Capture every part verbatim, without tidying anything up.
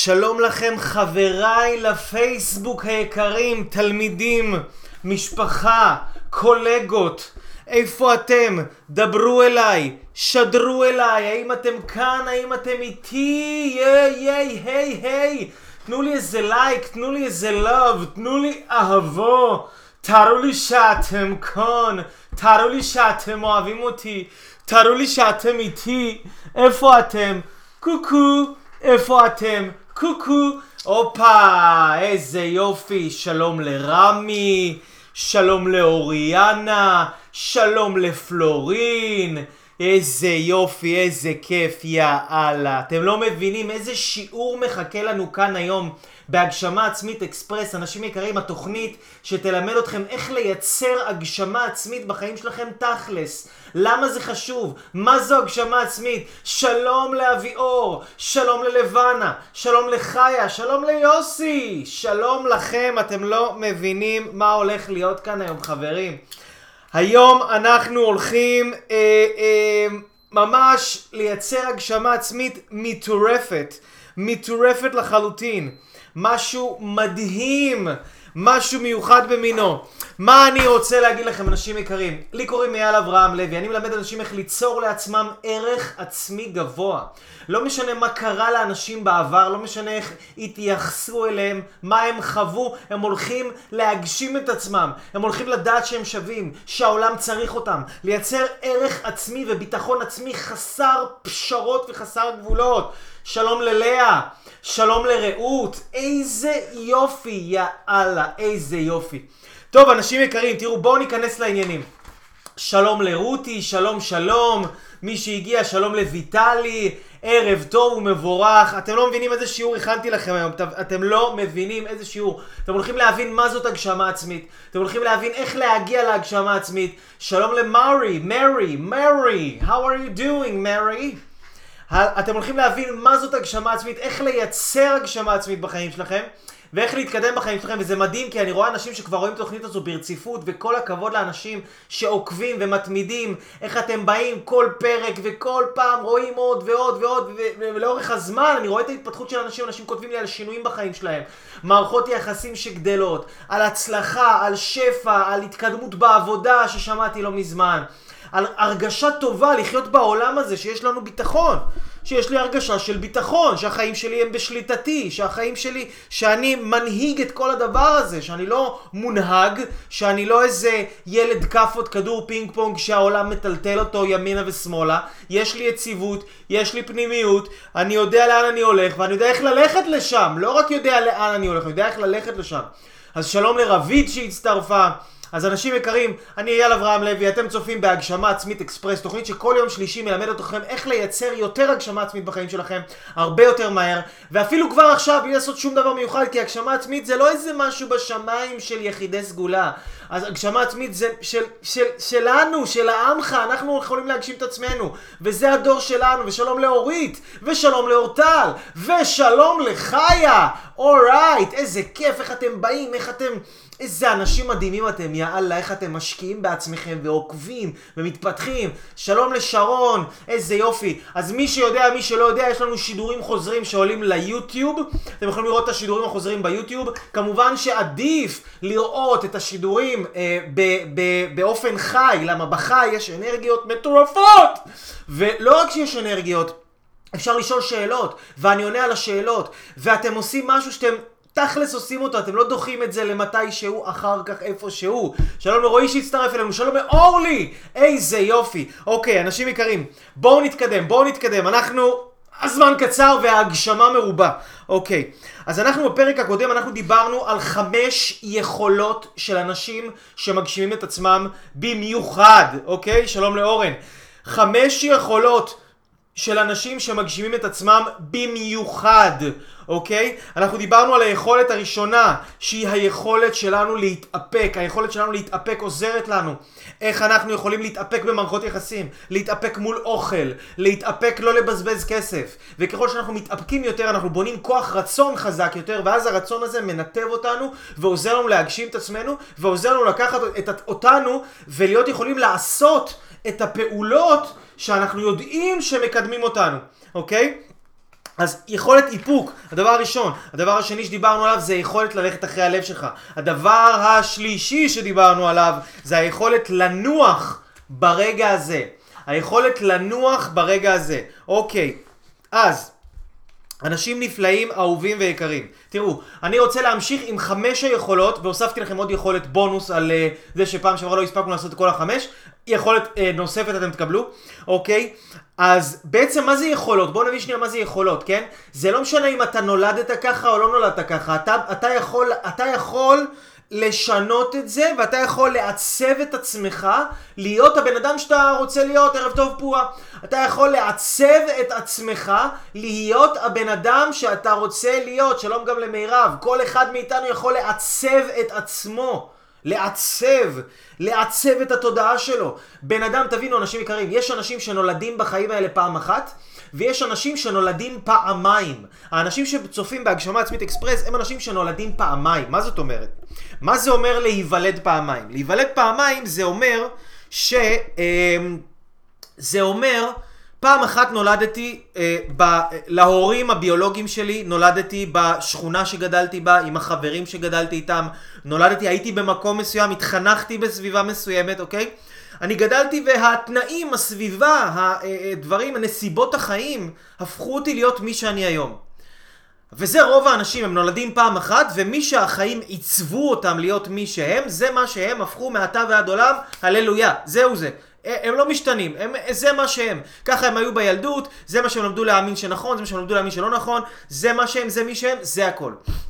שלום לכם חבריי לפייסבוק היקרים, תלמידים, משפחה, קולגות, איפה אתם? דברו אליי, שדרו אליי, האם אתם כאן, האם אתם איתי? ייי ייי היי היי, תנו לי איזה לייק, תנו לי איזה לוב, תנו לי אהבו, תראו לי שאתם כאן, תראו לי שאתם אוהבים אותי, תראו לי שאתם איתי, איפה אתם? קוקו, איפה אתם? קוקו, אופה, איזה יופי, שלום לרמי, שלום לאוריאנה, שלום לפלורין, איזה יופי, איזה כיף, יאללה. אתם לא מבינים איזה שיעור מחכה לנו כאן היום בהגשמה עצמית אקספרס. אנשים יקרים, התוכנית שתלמד אתכם איך לייצר הגשמה עצמית בחיים שלכם תכלס. למה זה חשוב? מה זו הגשמה עצמית? שלום לאביאור, שלום ללבנה, שלום לחיה, שלום ליוסי, שלום לכם. אתם לא מבינים מה הולך להיות כאן היום חברים. היום אנחנו הולכים אה, אה, ממש לייצר הגשמה עצמית מטורפת, מטורפת לחלוטין. משהו מדהים, משהו מיוחד במינו. מה אני רוצה להגיד לכם אנשים יקרים? לי קוראים אייל אברהם לוי, אני מלמד אנשים איך ליצור לעצמם ערך עצמי גבוה. לא משנה מה קרה לאנשים בעבר, לא משנה איך התייחסו אליהם, מה הם חוו, הם הולכים להגשים את עצמם, הם הולכים לדעת שהם שווים, שהעולם צריך אותם, לייצר ערך עצמי וביטחון עצמי חסר פשרות וחסר גבולות. שלום ללאה, שלום לרעות, איזה יופי, יאללה, איזה יופי. טוב אנשים יקרים, תראו, בואו ניכנס לעניינים. שלום לרותי, שלום שלום, מי שהגיע, שלום לויטלי, ערב טוב ומבורך. אתם לא מבינים איזה שיעור הכנתי לכם היום, אתם לא מבינים איזה שיעור. אתם הולכים להבין מה זאת הגשמה עצמית, אתם הולכים להבין איך להגיע להגשמה עצמית. שלום למרי, מרי, מרי, how are you doing מרי? אתם הולכים להבין מה זאת הגשמה עצמית, איך לייצר הגשמה עצמית בחיים שלכם ואיך להתקדם בחיים שלכם. וזה מדהים כי אני רואה אנשים שכבר רואים את התוכנית הזו ברציפות, וכל הכבוד לאנשים שעוקבים ומתמידים, איך אתם באים כל פרק וכל פעם רואים עוד ועוד ועוד, ולאורך הזמן אני רואה את ההתפתחות של אנשים. אנשים כותבים לי על שינויים בחיים שלהם, מערכות יחסים שגדלות, על הצלחה, על שפע, על התקדמות בעבודה ששמעתי לא מזמן, על הרגשה טובה לחיות בעולם הזה, שיש לנו ביטחון, שיש לי הרגשה של ביטחון, שהחיים שלי הם בשליטתי, שהחיים שלי, שאני מנהיג את כל הדבר הזה, שאני לא מונהג, שאני לא איזה ילד כפות כדור פינג פונג שהעולם מטלטל אותו ימינה ושמאלה. יש לי יציבות, יש לי פנימיות, אני יודע לאן אני הולך ואני יודע איך ללכת לשם. לא רק יודע לאן אני הולך, אני יודע איך ללכת לשם. אז שלום לרבית שהצטרפה. אז אנשים יקרים, אני אייל אברהם לוי, אתם צופים בהגשמה עצמית אקספרס, תוכנית שכל יום שלישי מלמדת אתכם איך לייצר יותר הגשמה עצמית בחיים שלכם, הרבה יותר מהר, ואפילו כבר עכשיו בלי לעשות שום דבר מיוחד, כי הגשמה עצמית זה לא איזה משהו בשמיים של יחידי סגולה. אז הגשמה עצמית זה של, של, שלנו, של העמך, אנחנו יכולים להגשים את עצמנו, וזה הדור שלנו. ושלום לאורית, ושלום לאורטל, ושלום לחיה. אורייט, איזה כיף, איך אתם באים, איך אתם... איזה אנשים מדהימים אתם, יאללה, איך אתם משקיעים בעצמכם ועוקבים ומתפתחים. שלום לשרון, איזה יופי. אז מי שיודע, מי שלא יודע, יש לנו שידורים חוזרים שעולים ליוטיוב. אתם יכולים לראות את השידורים החוזרים ביוטיוב. כמובן שעדיף לראות את השידורים אה, ב- ב- באופן חי, למה בחי יש אנרגיות מטורפות. ולא רק שיש אנרגיות, אפשר לשאול שאלות, ואני עונה על השאלות, ואתם עושים משהו שאתם... תכלס עושים אותו, אתם לא דוחים את זה למתי שהוא אחר כך איפה שהוא. שלום לרועי שהצטרף אלינו, שלום לאורלי, איזה יופי. אוקיי, אנשים יקרים, בואו נתקדם, בואו נתקדם. אנחנו, הזמן קצר וההגשמה מרובה. אוקיי, אז אנחנו בפרק הקודם, אנחנו דיברנו על חמש יכולות של אנשים שמגשימים את עצמם במיוחד. אוקיי, שלום לאורן. חמש יכולות של אנשים שמגשימים את עצמם במיוחד, אוקיי? אנחנו דיברנו על היכולת הראשונה, שהיא היכולת שלנו להתאפק. היכולת שלנו להתאפק עוזרת לנו. איך אנחנו יכולים להתאפק במערכות יחסים, להתאפק מול אוכל, להתאפק לא לבזבז כסף. וככל שאנחנו מתאפקים יותר, אנחנו בונים כוח רצון חזק יותר, ואז הרצון הזה מנתב אותנו, ועוזר לנו להגשים את עצמנו, ועוזר לנו לקחת את אותנו, ולהיות יכולים לעשות את הפעולות שאנחנו יודעים שמקדמים אותנו, אוקיי? אז יכולת איפוק, הדבר הראשון. הדבר השני שדיברנו עליו זה יכולת ללכת אחרי הלב שלך. הדבר השלישי שדיברנו עליו זה היכולת לנוח ברגע הזה. היכולת לנוח ברגע הזה. אוקיי, אז אנשים נפלאים, אהובים ויקרים. תראו, אני רוצה להמשיך עם חמש היכולות, והוספתי לכם עוד יכולת בונוס על uh, זה שפעם שעברה לא הספקנו לעשות את כל החמש. יכולת uh, נוספת אתם תקבלו, אוקיי? אז בעצם מה זה יכולות? בואו נבין שנייה מה זה יכולות, כן? זה לא משנה אם אתה נולדת ככה או לא נולדת ככה. אתה, אתה יכול, אתה יכול לשנות את זה, ואתה יכול לעצב את עצמך להיות הבן אדם שאתה רוצה להיות. ערב טוב פועה. אתה יכול לעצב את עצמך להיות הבן אדם שאתה רוצה להיות. שלום גם למירב. כל אחד מאיתנו יכול לעצב את עצמו. לעצב, לעצב את התודעה שלו. בן אדם, תבינו אנשים יקרים, יש אנשים שנולדים בחיים האלה פעם אחת, ויש אנשים שנולדים פעמיים. האנשים שצופים בהגשמה עצמית אקספרס הם אנשים שנולדים פעמיים. מה זאת אומרת? מה זה אומר להיוולד פעמיים? להיוולד פעמיים זה אומר ש... זה אומר... פעם אחת נולדתי אה, ב, להורים הביולוגיים שלי, נולדתי בשכונה שגדלתי בה, עם החברים שגדלתי איתם, נולדתי, הייתי במקום מסוים, התחנכתי בסביבה מסוימת, אוקיי? אני גדלתי והתנאים, הסביבה, הדברים, הנסיבות החיים, הפכו אותי להיות מי שאני היום. וזה רוב האנשים, הם נולדים פעם אחת, ומי שהחיים עיצבו אותם להיות מי שהם, זה מה שהם, הפכו מעתה ועד עולם, הללויה, זהו זה. הם לא משתנים, הם, זה מה שהם. ככה הם היו בילדות, זה מה שהם למדו להאמין שנכון, זה מה שהם למדו להאמין שלא נכון, זה מה שהם, זה מי שהם, זה הכל.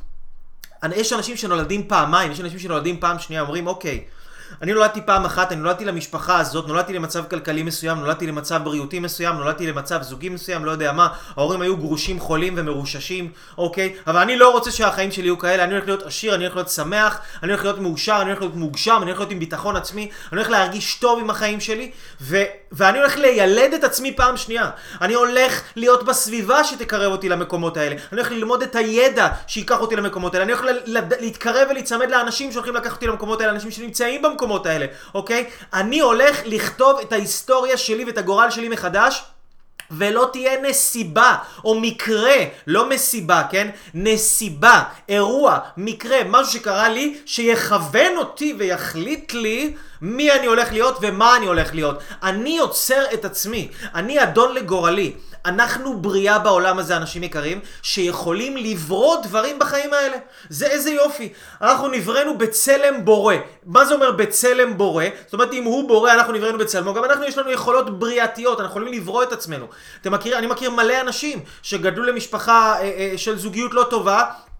יש אנשים שנולדים פעמיים, יש אנשים שנולדים פעם שנייה, אומרים אוקיי, אני נולדתי פעם אחת, אני נולדתי למשפחה הזאת, נולדתי למצב כלכלי מסוים, נולדתי למצב בריאותי מסוים, נולדתי למצב זוגי מסוים, לא יודע מה, ההורים היו גרושים, חולים ומרוששים, אוקיי? אבל אני לא רוצה שהחיים שלי יהיו כאלה, אני הולך להיות עשיר, אני הולך להיות שמח, אני הולך להיות מאושר, אני הולך להיות מוגשם, אני הולך להיות עם ביטחון עצמי, אני הולך להרגיש טוב עם החיים שלי, ו- ואני הולך לילד את עצמי פעם שנייה. אני הולך להיות בסביבה שתקרב אותי למקומות האלה. אני הולך ללמוד את הידע שיקח אותי למקומות האלה. אני הולך ל- ל- להתקרב ולהצמד לאנשים שהולכים לקחת אותי למקומות האלה, אנשים שנמצאים במקומות האלה, אוקיי? אני הולך לכתוב את ההיסטוריה שלי ואת הגורל שלי מחדש, ולא תהיה נסיבה או מקרה, לא מסיבה, כן? נסיבה, אירוע, מקרה, משהו שקרה לי, שיכוון אותי ויחליט לי מי אני הולך להיות ומה אני הולך להיות. אני יוצר את עצמי, אני אדון לגורלי. אנחנו בריאה בעולם הזה, אנשים יקרים, שיכולים לברוא דברים בחיים האלה. זה איזה יופי. אנחנו נבראנו בצלם בורא. מה זה אומר בצלם בורא? זאת אומרת, אם הוא בורא, אנחנו נבראנו בצלמו. גם אנחנו יש לנו יכולות בריאתיות, אנחנו יכולים לברוא את עצמנו. אתם מכיר, אני מכיר מלא אנשים שגדלו למשפחה אה, אה, של זוגיות לא טובה,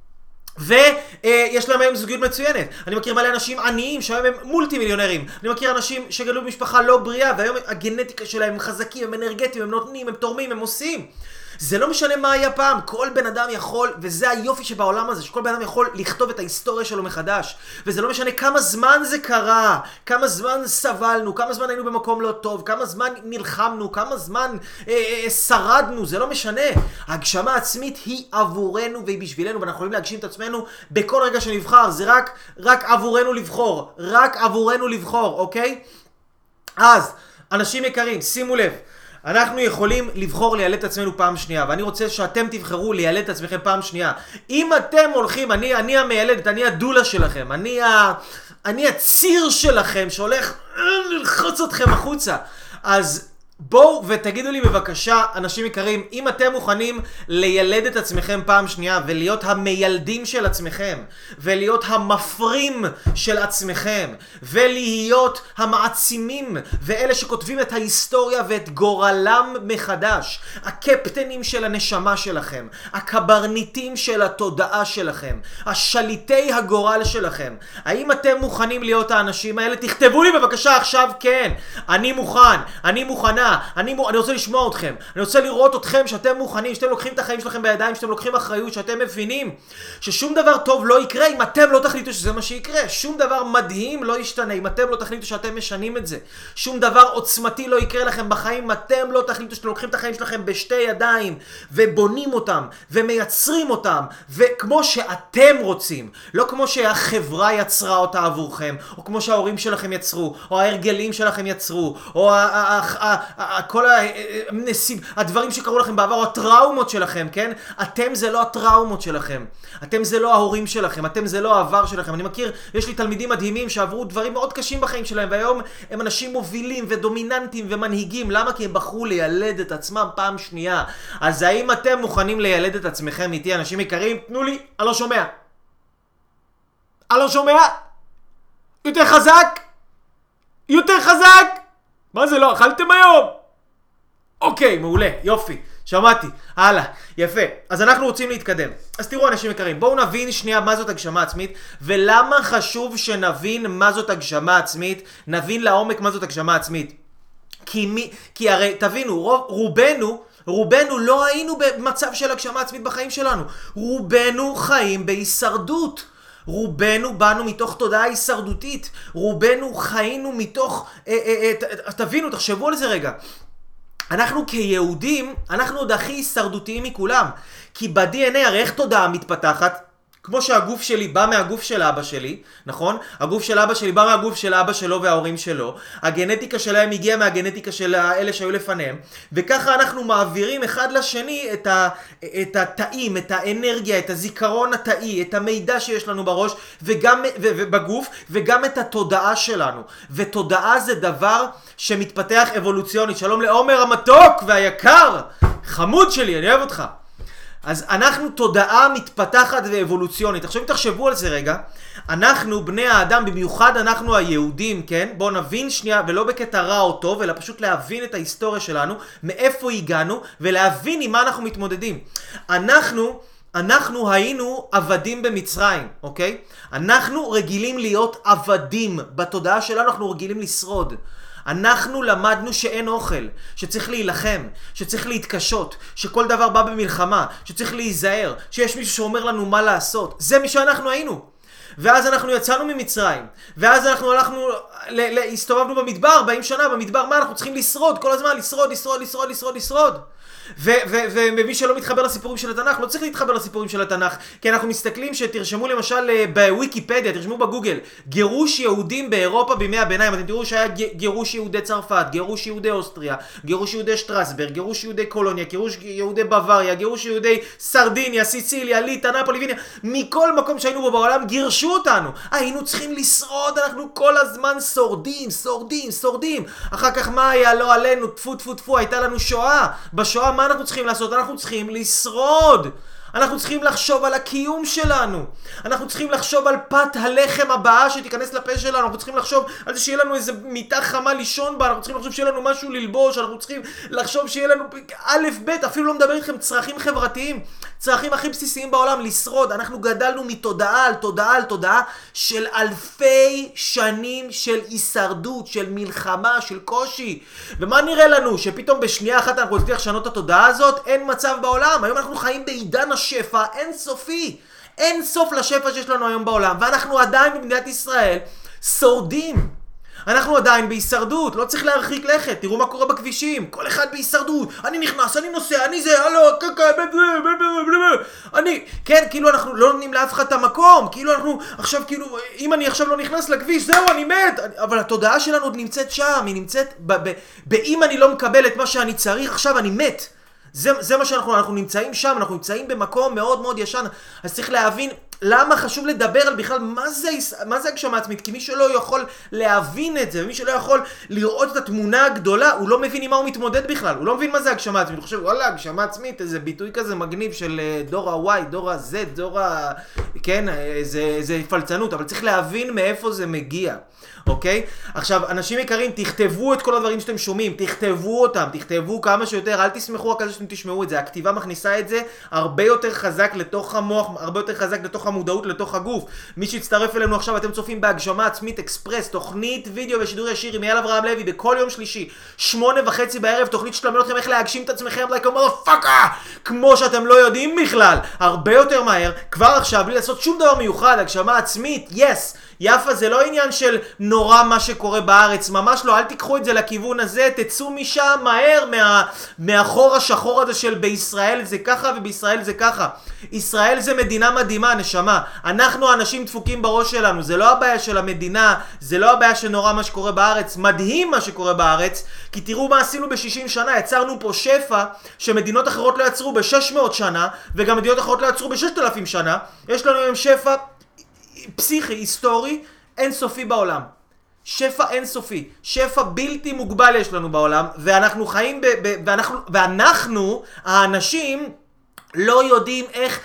ויש להם היום זוגיות מצוינת. אני מכיר מלא אנשים עניים שהיום הם מולטי מיליונרים. אני מכיר אנשים שגדלו במשפחה לא בריאה והיום הגנטיקה שלהם הם חזקים, הם אנרגטיים, הם נותנים, הם תורמים, הם עושים. זה לא משנה מה היה פעם, כל בן אדם יכול, וזה היופי שבעולם הזה, שכל בן אדם יכול לכתוב את ההיסטוריה שלו מחדש. וזה לא משנה כמה זמן זה קרה, כמה זמן סבלנו, כמה זמן היינו במקום לא טוב, כמה זמן נלחמנו, כמה זמן אה, אה, שרדנו, זה לא משנה. ההגשמה העצמית היא עבורנו והיא בשבילנו, ואנחנו יכולים להגשים את עצמנו בכל רגע שנבחר. זה רק, רק עבורנו לבחור, רק עבורנו לבחור, אוקיי? אז, אנשים יקרים, שימו לב. אנחנו יכולים לבחור לילד את עצמנו פעם שנייה, ואני רוצה שאתם תבחרו לילד את עצמכם פעם שנייה. אם אתם הולכים, אני, אני המילדת, אני הדולה שלכם, אני, ה, אני הציר שלכם שהולך ללחוץ אתכם החוצה. אז בואו ותגידו לי בבקשה, אנשים יקרים, אם אתם מוכנים לילד את עצמכם פעם שנייה ולהיות המילדים של עצמכם ולהיות המפרים של עצמכם ולהיות המעצימים ואלה שכותבים את ההיסטוריה ואת גורלם מחדש, הקפטנים של הנשמה שלכם, הקברניטים של התודעה שלכם, השליטי הגורל שלכם, האם אתם מוכנים להיות האנשים האלה? תכתבו לי בבקשה עכשיו כן, אני מוכן, אני מוכנה, אני, אני רוצה לשמוע אתכם, אני רוצה לראות אתכם שאתם מוכנים, שאתם לוקחים את החיים שלכם בידיים, שאתם לוקחים אחריות, שאתם מבינים ששום דבר טוב לא יקרה אם אתם לא תחליטו שזה מה שיקרה. שום דבר מדהים לא ישתנה אם אתם לא תחליטו שאתם משנים את זה. שום דבר עוצמתי לא יקרה לכם בחיים אם אתם לא תחליטו שאתם לוקחים את החיים שלכם בשתי ידיים ובונים אותם ומייצרים אותם וכמו שאתם רוצים, לא כמו שהחברה יצרה אותה עבורכם, או כמו שההורים שלכם יצרו, או ההרגלים שלכם יצרו, או כל הנסים, הדברים שקרו לכם בעבר, הטראומות שלכם, כן? אתם זה לא הטראומות שלכם. אתם זה לא ההורים שלכם, אתם זה לא העבר שלכם. אני מכיר, יש לי תלמידים מדהימים שעברו דברים מאוד קשים בחיים שלהם, והיום הם אנשים מובילים ודומיננטיים ומנהיגים. למה? כי הם בחרו לילד את עצמם פעם שנייה. אז האם אתם מוכנים לילד את עצמכם איתי, אנשים יקרים? תנו לי, אני לא שומע. אני לא שומע? יותר חזק? יותר חזק? מה זה לא? אכלתם היום? אוקיי, מעולה, יופי, שמעתי, הלאה, יפה. אז אנחנו רוצים להתקדם. אז תראו אנשים יקרים, בואו נבין שנייה מה זאת הגשמה עצמית, ולמה חשוב שנבין מה זאת הגשמה עצמית, נבין לעומק מה זאת הגשמה עצמית. כי, מי, כי הרי תבינו, רוב, רובנו, רובנו לא היינו במצב של הגשמה עצמית בחיים שלנו. רובנו חיים בהישרדות. רובנו באנו מתוך תודעה הישרדותית. רובנו חיינו מתוך... אה, אה, אה, תבינו, תחשבו על זה רגע. אנחנו כיהודים, אנחנו עוד הכי הישרדותיים מכולם. כי ב-די אן איי הרי איך תודעה מתפתחת? כמו שהגוף שלי בא מהגוף של אבא שלי, נכון? הגוף של אבא שלי בא מהגוף של אבא שלו וההורים שלו. הגנטיקה שלהם הגיעה מהגנטיקה של אלה שהיו לפניהם. וככה אנחנו מעבירים אחד לשני את, ה, את התאים, את האנרגיה, את הזיכרון התאי, את המידע שיש לנו בראש וגם, ו, ובגוף, וגם את התודעה שלנו. ותודעה זה דבר שמתפתח אבולוציונית. שלום לעומר המתוק והיקר, חמוד שלי, אני אוהב אותך. אז אנחנו תודעה מתפתחת ואבולוציונית. עכשיו תחשבו על זה רגע. אנחנו בני האדם, במיוחד אנחנו היהודים, כן? בואו נבין שנייה, ולא בקטע רע או טוב, אלא פשוט להבין את ההיסטוריה שלנו, מאיפה הגענו, ולהבין עם מה אנחנו מתמודדים. אנחנו, אנחנו היינו עבדים במצרים, אוקיי? אנחנו רגילים להיות עבדים. בתודעה שלנו אנחנו רגילים לשרוד. אנחנו למדנו שאין אוכל, שצריך להילחם, שצריך להתקשות, שכל דבר בא במלחמה, שצריך להיזהר, שיש מישהו שאומר לנו מה לעשות. זה מי שאנחנו היינו. ואז אנחנו יצאנו ממצרים, ואז אנחנו הלכנו, ל- ל- הסתובבנו במדבר, ארבעים שנה במדבר, מה אנחנו צריכים לשרוד כל הזמן, לשרוד, לשרוד, לשרוד, לשרוד, לשרוד. ומי שלא מתחבר לסיפורים של התנ"ך, לא צריך להתחבר לסיפורים של התנ"ך, כי אנחנו מסתכלים שתרשמו למשל בוויקיפדיה, תרשמו בגוגל, גירוש יהודים באירופה בימי הביניים, אתם תראו שהיה גירוש יהודי צרפת, גירוש יהודי אוסטריה, גירוש יהודי שטרסברג, גירוש יהודי קולוניה, גירוש יהודי בוואריה, גירוש יהודי סרדיניה, סיציליה, ליטא, נפולי, ויניה, מכל מקום שהיינו בו בעולם גירשו אותנו. היינו צריכים לשרוד, אנחנו כל הזמן שורדים, שורדים, שורדים. אחר כך מה היה? לא עלינו, טפו טפו טפו, הייתה לנו שואה. בשואה מה אנחנו צריכים לעשות? אנחנו צריכים לשרוד. אנחנו צריכים לחשוב על הקיום שלנו. אנחנו צריכים לחשוב על פת הלחם הבאה שתיכנס לפה שלנו. אנחנו צריכים לחשוב על זה שיהיה לנו איזה מיטה חמה לישון בה. אנחנו צריכים לחשוב שיהיה לנו משהו ללבוש. אנחנו צריכים לחשוב שיהיה לנו א' ב', אפילו לא מדבר איתכם צרכים חברתיים. צרכים הכי בסיסיים בעולם, לשרוד. אנחנו גדלנו מתודעה על תודעה על תודעה של אלפי שנים של הישרדות, של מלחמה, של קושי. ומה נראה לנו? שפתאום בשנייה אחת אנחנו נצליח לשנות את התודעה הזאת? אין מצב בעולם. היום אנחנו חיים בעידן השפע אין סופי. אין סוף לשפע שיש לנו היום בעולם. ואנחנו עדיין במדינת ישראל שורדים. אנחנו עדיין בהישרדות, לא צריך להרחיק לכת. תראו מה קורה בכבישים, כל אחד בהישרדות. אני נכנס, אני נוסע, אני זה, הלו, קקה, אני, כן, כאילו אנחנו לא נותנים לאף אחד את המקום, כאילו אנחנו עכשיו, כאילו, אם אני עכשיו לא נכנס לכביש, זהו, אני מת. אבל התודעה שלנו עוד נמצאת שם, היא נמצאת, באם אני לא מקבל את מה שאני צריך, עכשיו אני מת. זה, זה מה שאנחנו, אנחנו נמצאים שם, אנחנו נמצאים במקום מאוד מאוד ישן. אז צריך להבין למה חשוב לדבר על בכלל מה זה, מה זה הגשמה עצמית. כי מי שלא יכול להבין את זה, ומי שלא יכול לראות את התמונה הגדולה, הוא לא מבין עם מה הוא מתמודד בכלל. הוא לא מבין מה זה הגשמה עצמית. הוא חושב, וואלה, הגשמה עצמית, איזה ביטוי כזה מגניב של דור ה-Y, דור ה-Z, דור ה... כן, זה, זה פלצנות, אבל צריך להבין מאיפה זה מגיע. אוקיי? עכשיו, אנשים יקרים, תכתבו את כל הדברים שאתם שומעים, תכתבו אותם, תכתבו כמה שיותר, אל תסמכו רק על זה שאתם תשמעו את זה. הכתיבה מכניסה את זה הרבה יותר חזק לתוך המוח, הרבה יותר חזק לתוך המודעות, לתוך הגוף. מי שיצטרף אלינו עכשיו, אתם צופים בהגשמה עצמית אקספרס, תוכנית וידאו ושידור ישיר עם אייל אברהם לוי, בכל יום שלישי, שמונה וחצי בערב, תוכנית שתלמד אתכם איך להגשים את עצמכם, like a motherfucker, כמו שאתם לא יודעים בכלל, הרבה יותר מהר, כבר עכשיו, בלי לעשות לעשות שום דבר מיוחד, הגשמה עצמית, yes. יפה זה לא עניין של נורא מה שקורה בארץ, ממש לא, אל תיקחו את זה לכיוון הזה, תצאו משם מהר, מה, מהחור השחור הזה של בישראל זה ככה ובישראל זה ככה. ישראל זה מדינה מדהימה, נשמה. אנחנו אנשים דפוקים בראש שלנו, זה לא הבעיה של המדינה, זה לא הבעיה שנורא מה שקורה בארץ, מדהים מה שקורה בארץ, כי תראו מה עשינו ב-שישים שנה, יצרנו פה שפע שמדינות אחרות לא יצרו ב-שש מאות שנה, וגם מדינות אחרות לא יצרו ב-ששת אלפים שנה. יש לנו היום שפע פסיכי, היסטורי, אינסופי בעולם. שפע אינסופי, שפע בלתי מוגבל יש לנו בעולם, ואנחנו חיים ב... ב ואנחנו, ואנחנו, האנשים, לא יודעים איך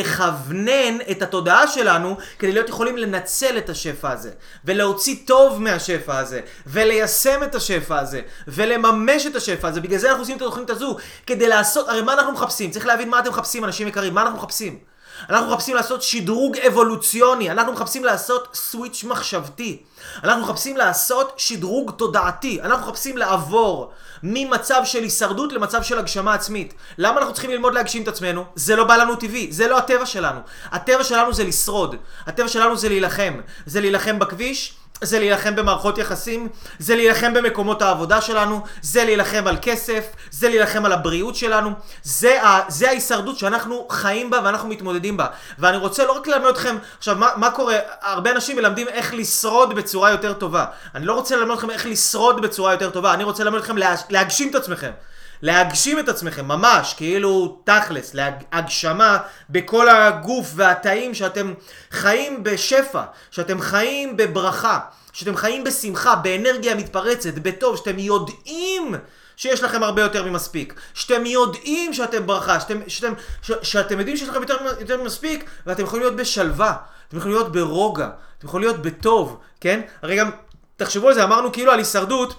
לכוונן את התודעה שלנו כדי להיות יכולים לנצל את השפע הזה ולהוציא טוב מהשפע הזה וליישם את השפע הזה ולממש את השפע הזה. בגלל זה אנחנו עושים את התוכנית הזו, כדי לעשות, הרי מה אנחנו מחפשים? צריך להבין מה אתם מחפשים, אנשים יקרים, מה אנחנו מחפשים? אנחנו מחפשים לעשות שדרוג אבולוציוני, אנחנו מחפשים לעשות סוויץ' מחשבתי, אנחנו מחפשים לעשות שדרוג תודעתי, אנחנו מחפשים לעבור ממצב של הישרדות למצב של הגשמה עצמית. למה אנחנו צריכים ללמוד להגשים את עצמנו? זה לא בא לנו טבעי, זה לא הטבע שלנו. הטבע שלנו זה לשרוד, הטבע שלנו זה להילחם, זה להילחם בכביש, זה להילחם במערכות יחסים, זה להילחם במקומות העבודה שלנו, זה להילחם על כסף, זה להילחם על הבריאות שלנו, זה, זה ההישרדות שאנחנו חיים בה ואנחנו מתמודדים בה. ואני רוצה לא רק ללמד אתכם, עכשיו מה, מה קורה? הרבה אנשים מלמדים איך לשרוד בצורה יותר טובה. אני לא רוצה ללמד אתכם איך לשרוד בצורה יותר טובה, אני רוצה ללמד אתכם להגשים את עצמכם. להגשים את עצמכם, ממש, כאילו תכלס, להגשמה בכל הגוף והתאים שאתם חיים בשפע, שאתם חיים בברכה, שאתם חיים בשמחה, באנרגיה מתפרצת, בטוב, שאתם יודעים שיש לכם הרבה יותר ממספיק, שאתם יודעים שאתם ברכה, שאתם, שאתם, ש, שאתם יודעים שיש לכם יותר, יותר ממספיק, ואתם יכולים להיות בשלווה, אתם יכולים להיות ברוגע, אתם יכולים להיות בטוב, כן? הרי גם, תחשבו על זה, אמרנו כאילו על הישרדות,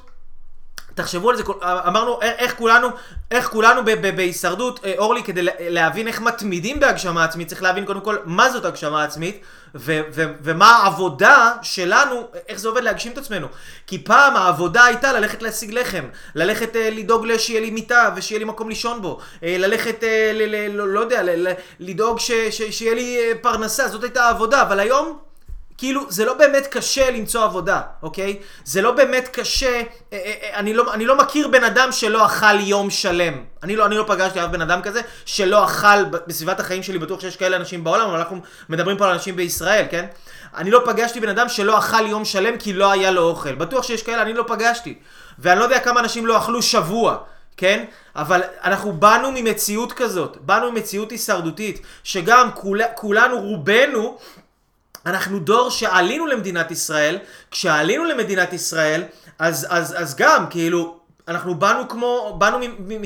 תחשבו על זה, אמרנו איך כולנו, איך כולנו בהישרדות, אורלי, כדי להבין איך מתמידים בהגשמה עצמית, צריך להבין קודם כל מה זאת הגשמה עצמית, ו- ו- ומה העבודה שלנו, איך זה עובד להגשים את עצמנו. כי פעם העבודה הייתה ללכת להשיג לחם, ללכת לדאוג שיהיה לי מיטה ושיהיה לי מקום לישון בו, ללכת, ל- ל- לא יודע, ל- לדאוג ש- ש- שיהיה לי פרנסה, זאת הייתה העבודה, אבל היום, כאילו, זה לא באמת קשה למצוא עבודה, אוקיי? זה לא באמת קשה, אני לא, אני לא מכיר בן אדם שלא אכל יום שלם. אני לא, אני לא פגשתי אף בן אדם כזה שלא אכל בסביבת החיים שלי, בטוח שיש כאלה אנשים בעולם, אבל אנחנו מדברים פה על אנשים בישראל, כן? אני לא פגשתי בן אדם שלא אכל יום שלם כי לא היה לו אוכל. בטוח שיש כאלה, אני לא פגשתי. ואני לא יודע כמה אנשים לא אכלו שבוע. כן? אבל אנחנו באנו ממציאות כזאת, באנו ממציאות הישרדותית, שגם כול, כולנו, רובנו, אנחנו דור שעלינו למדינת ישראל, כשעלינו למדינת ישראל, אז, אז, אז גם, כאילו, אנחנו באנו כמו, באנו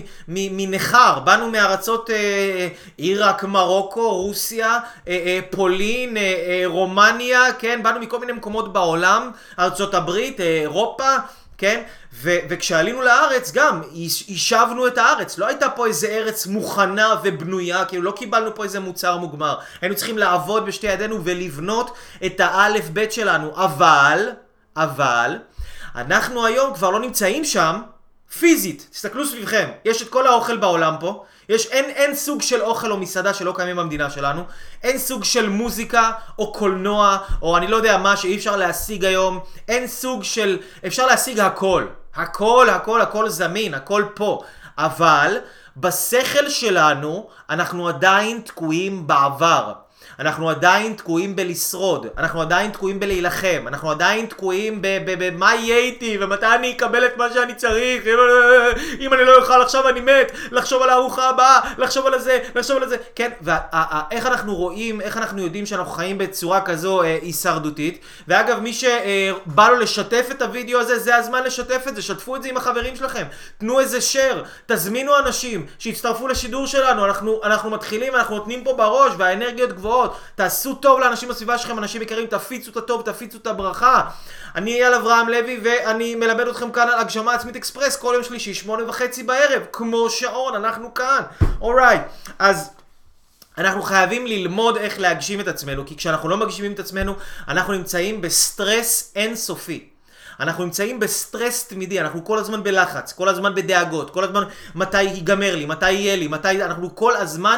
מנחר, באנו מארצות אה, עיראק, מרוקו, רוסיה, אה, אה, פולין, אה, אה, רומניה, כן? באנו מכל מיני מקומות בעולם, ארצות הברית, אה, אירופה, כן? ו- וכשעלינו לארץ גם, יישבנו את הארץ. לא הייתה פה איזה ארץ מוכנה ובנויה, כאילו לא קיבלנו פה איזה מוצר מוגמר. היינו צריכים לעבוד בשתי ידינו ולבנות את האלף בית שלנו. אבל, אבל, אנחנו היום כבר לא נמצאים שם פיזית. תסתכלו סביבכם. יש את כל האוכל בעולם פה. יש, אין, אין סוג של אוכל או מסעדה שלא קיימים במדינה שלנו. אין סוג של מוזיקה או קולנוע או אני לא יודע מה שאי אפשר להשיג היום. אין סוג של, אפשר להשיג הכל. הכל, הכל, הכל זמין, הכל פה. אבל בשכל שלנו אנחנו עדיין תקועים בעבר. אנחנו עדיין תקועים בלשרוד, אנחנו עדיין תקועים בלהילחם, אנחנו עדיין תקועים במה יהיה איתי ומתי אני אקבל את מה שאני צריך, אם אני לא אוכל עכשיו אני מת, לחשוב על הארוחה הבאה, לחשוב על זה, לחשוב על זה, כן, ואיך אנחנו רואים, איך אנחנו יודעים שאנחנו חיים בצורה כזו הישרדותית, ואגב מי שבא לו לשתף את הוידאו הזה, זה הזמן לשתף את זה, שתפו את זה עם החברים שלכם, תנו איזה share, תזמינו אנשים שיצטרפו לשידור שלנו, אנחנו, אנחנו מתחילים, אנחנו נותנים פה בראש והאנרגיות גבוהות, תעשו טוב לאנשים בסביבה שלכם, אנשים יקרים, תפיצו את הטוב, תפיצו את הברכה. אני אייל אברהם לוי ואני מלמד אתכם כאן על הגשמה עצמית אקספרס כל יום שלישי, שמונה וחצי בערב, כמו שעון, אנחנו כאן. אורייט, אז אנחנו חייבים ללמוד איך להגשים את עצמנו, כי כשאנחנו לא מגשימים את עצמנו, אנחנו נמצאים בסטרס אינסופי. אנחנו נמצאים בסטרס תמידי, אנחנו כל הזמן בלחץ, כל הזמן בדאגות, כל הזמן מתי ייגמר לי, מתי יהיה לי, מתי, אנחנו כל הזמן,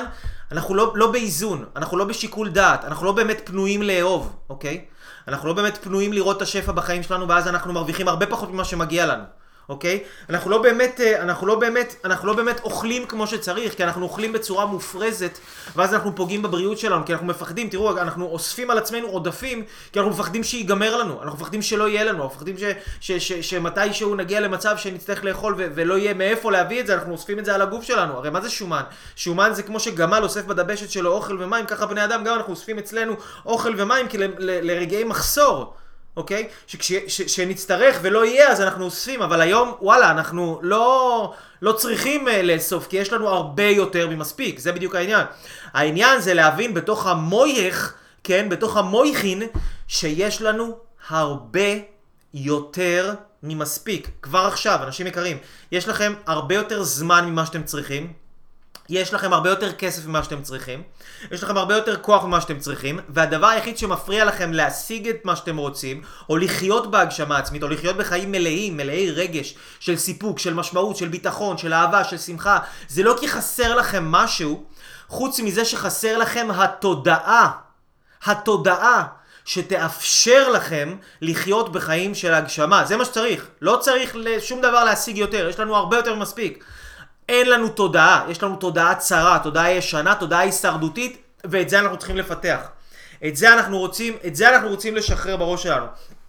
אנחנו לא, לא באיזון, אנחנו לא בשיקול דעת, אנחנו לא באמת פנויים לאהוב, אוקיי? אנחנו לא באמת פנויים לראות את השפע בחיים שלנו, ואז אנחנו מרוויחים הרבה פחות ממה שמגיע לנו. אוקיי? אנחנו לא באמת, אנחנו לא באמת, אנחנו לא באמת אוכלים כמו שצריך, כי אנחנו אוכלים בצורה מופרזת, ואז אנחנו פוגעים בבריאות שלנו, כי אנחנו מפחדים, תראו, אנחנו אוספים על עצמנו עודפים, כי אנחנו מפחדים שיגמר לנו, אנחנו מפחדים שלא יהיה לנו, אנחנו מפחדים ש, ש, ש, שמתי שהוא נגיע למצב שנצטרך לאכול ו, ולא יהיה מאיפה להביא את זה, אנחנו אוספים את זה על הגוף שלנו. הרי מה זה שומן? שומן זה כמו שגמל אוסף בדבשת שלו אוכל ומים, ככה בני אדם גם אנחנו אוספים אצלנו אוכל ומים, כי ל, ל, לרגעי מחסור. אוקיי? שנצטרך ולא יהיה, אז אנחנו אוספים, אבל היום, וואלה, אנחנו לא, לא צריכים uh, לאסוף, כי יש לנו הרבה יותר ממספיק, זה בדיוק העניין. העניין זה להבין בתוך המויך, כן, בתוך המויכין, שיש לנו הרבה יותר ממספיק. כבר עכשיו, אנשים יקרים, יש לכם הרבה יותר זמן ממה שאתם צריכים, יש לכם הרבה יותר כסף ממה שאתם צריכים, יש לכם הרבה יותר כוח ממה שאתם צריכים, והדבר היחיד שמפריע לכם להשיג את מה שאתם רוצים, או לחיות בהגשמה עצמית, או לחיות בחיים מלאים, מלאי רגש, של סיפוק, של משמעות, של ביטחון, של אהבה, של שמחה, זה לא כי חסר לכם משהו, חוץ מזה שחסר לכם התודעה, התודעה שתאפשר לכם לחיות בחיים של הגשמה. זה מה שצריך, לא צריך שום דבר להשיג יותר, יש לנו הרבה יותר מספיק. אין לנו תודעה, יש לנו תודעה צרה, תודעה ישנה, תודעה הישרדותית, ואת זה אנחנו צריכים לפתח. את זה אנחנו רוצים, את זה אנחנו רוצים לשחרר בראש שלנו.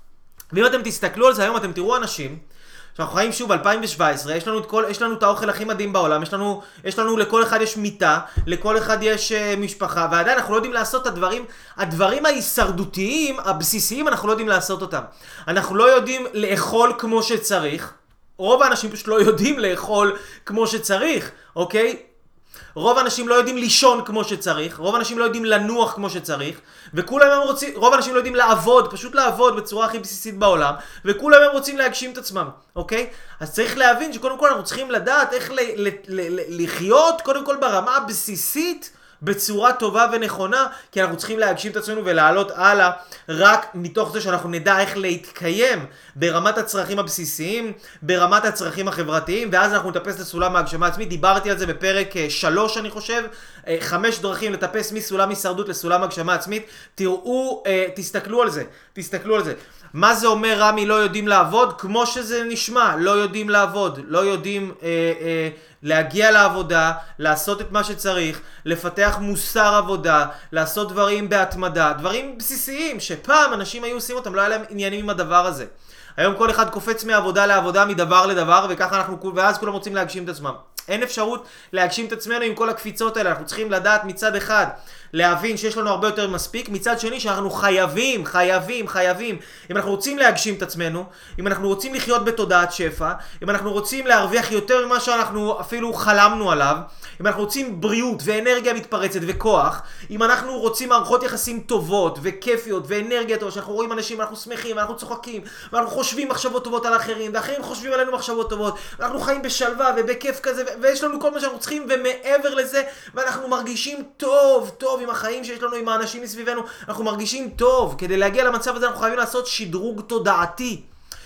ואם אתם תסתכלו על זה היום, אתם תראו אנשים, שאנחנו חיים שוב ב-אלפיים שבע עשרה, יש לנו את כל, יש לנו את האוכל הכי מדהים בעולם, יש לנו, יש לנו, לכל אחד יש מיטה, לכל אחד יש uh, משפחה, ועדיין אנחנו לא יודעים לעשות את הדברים, הדברים ההישרדותיים, הבסיסיים, אנחנו לא יודעים לעשות אותם. אנחנו לא יודעים לאכול כמו שצריך, רוב האנשים פשוט לא יודעים לאכול כמו שצריך, אוקיי? רוב האנשים לא יודעים לישון כמו שצריך, רוב האנשים לא יודעים לנוח כמו שצריך, וכולם הם רוצים, רוב האנשים לא יודעים לעבוד, פשוט לעבוד בצורה הכי בסיסית בעולם, וכולם הם רוצים להגשים את עצמם, אוקיי? אז צריך להבין שקודם כל אנחנו צריכים לדעת איך ל- ל- ל- ל- לחיות, קודם כל ברמה הבסיסית, בצורה טובה ונכונה, כי אנחנו צריכים להגשים את עצמנו ולעלות הלאה, רק מתוך זה שאנחנו נדע איך להתקיים ברמת הצרכים הבסיסיים, ברמת הצרכים החברתיים, ואז אנחנו נטפס לסולם ההגשמה עצמית. דיברתי על זה בפרק שלוש, אני חושב, חמש דרכים לטפס מסולם הישרדות לסולם הגשמה עצמית. תראו, תסתכלו על זה, תסתכלו על זה. מה זה אומר רמי לא יודעים לעבוד? כמו שזה נשמע, לא יודעים לעבוד, לא יודעים אה, אה, להגיע לעבודה, לעשות את מה שצריך, לפתח מוסר עבודה, לעשות דברים בהתמדה, דברים בסיסיים שפעם אנשים היו עושים אותם, לא היה להם עניינים עם הדבר הזה. היום כל אחד קופץ מעבודה לעבודה, מדבר לדבר, וככה אנחנו, ואז כולם רוצים להגשים את עצמם. אין אפשרות להגשים את עצמנו עם כל הקפיצות האלה. אנחנו צריכים לדעת מצד אחד להבין שיש לנו הרבה יותר מספיק, מצד שני שאנחנו חייבים, חייבים, חייבים. אם אנחנו רוצים להגשים את עצמנו, אם אנחנו רוצים לחיות בתודעת שפע, אם אנחנו רוצים להרוויח יותר ממה שאנחנו אפילו חלמנו עליו, אם אנחנו רוצים בריאות ואנרגיה מתפרצת וכוח, אם אנחנו רוצים מערכות יחסים טובות וכיפיות ואנרגיה טובה, שאנחנו רואים אנשים ואנחנו שמחים ואנחנו צוחקים ואנחנו חושבים מחשבות טובות על אחרים ואחרים חושבים עלינו מחשבות טובות, ואנחנו חיים בשלווה ובכיף כזה, ויש לנו כל מה שאנחנו צריכים ומעבר לזה, ואנחנו מרגישים טוב, טוב עם החיים שיש לנו, עם האנשים מסביבנו, אנחנו מרגישים טוב. כדי להגיע למצב הזה אנחנו חייבים לעשות שדרוג תודעתי.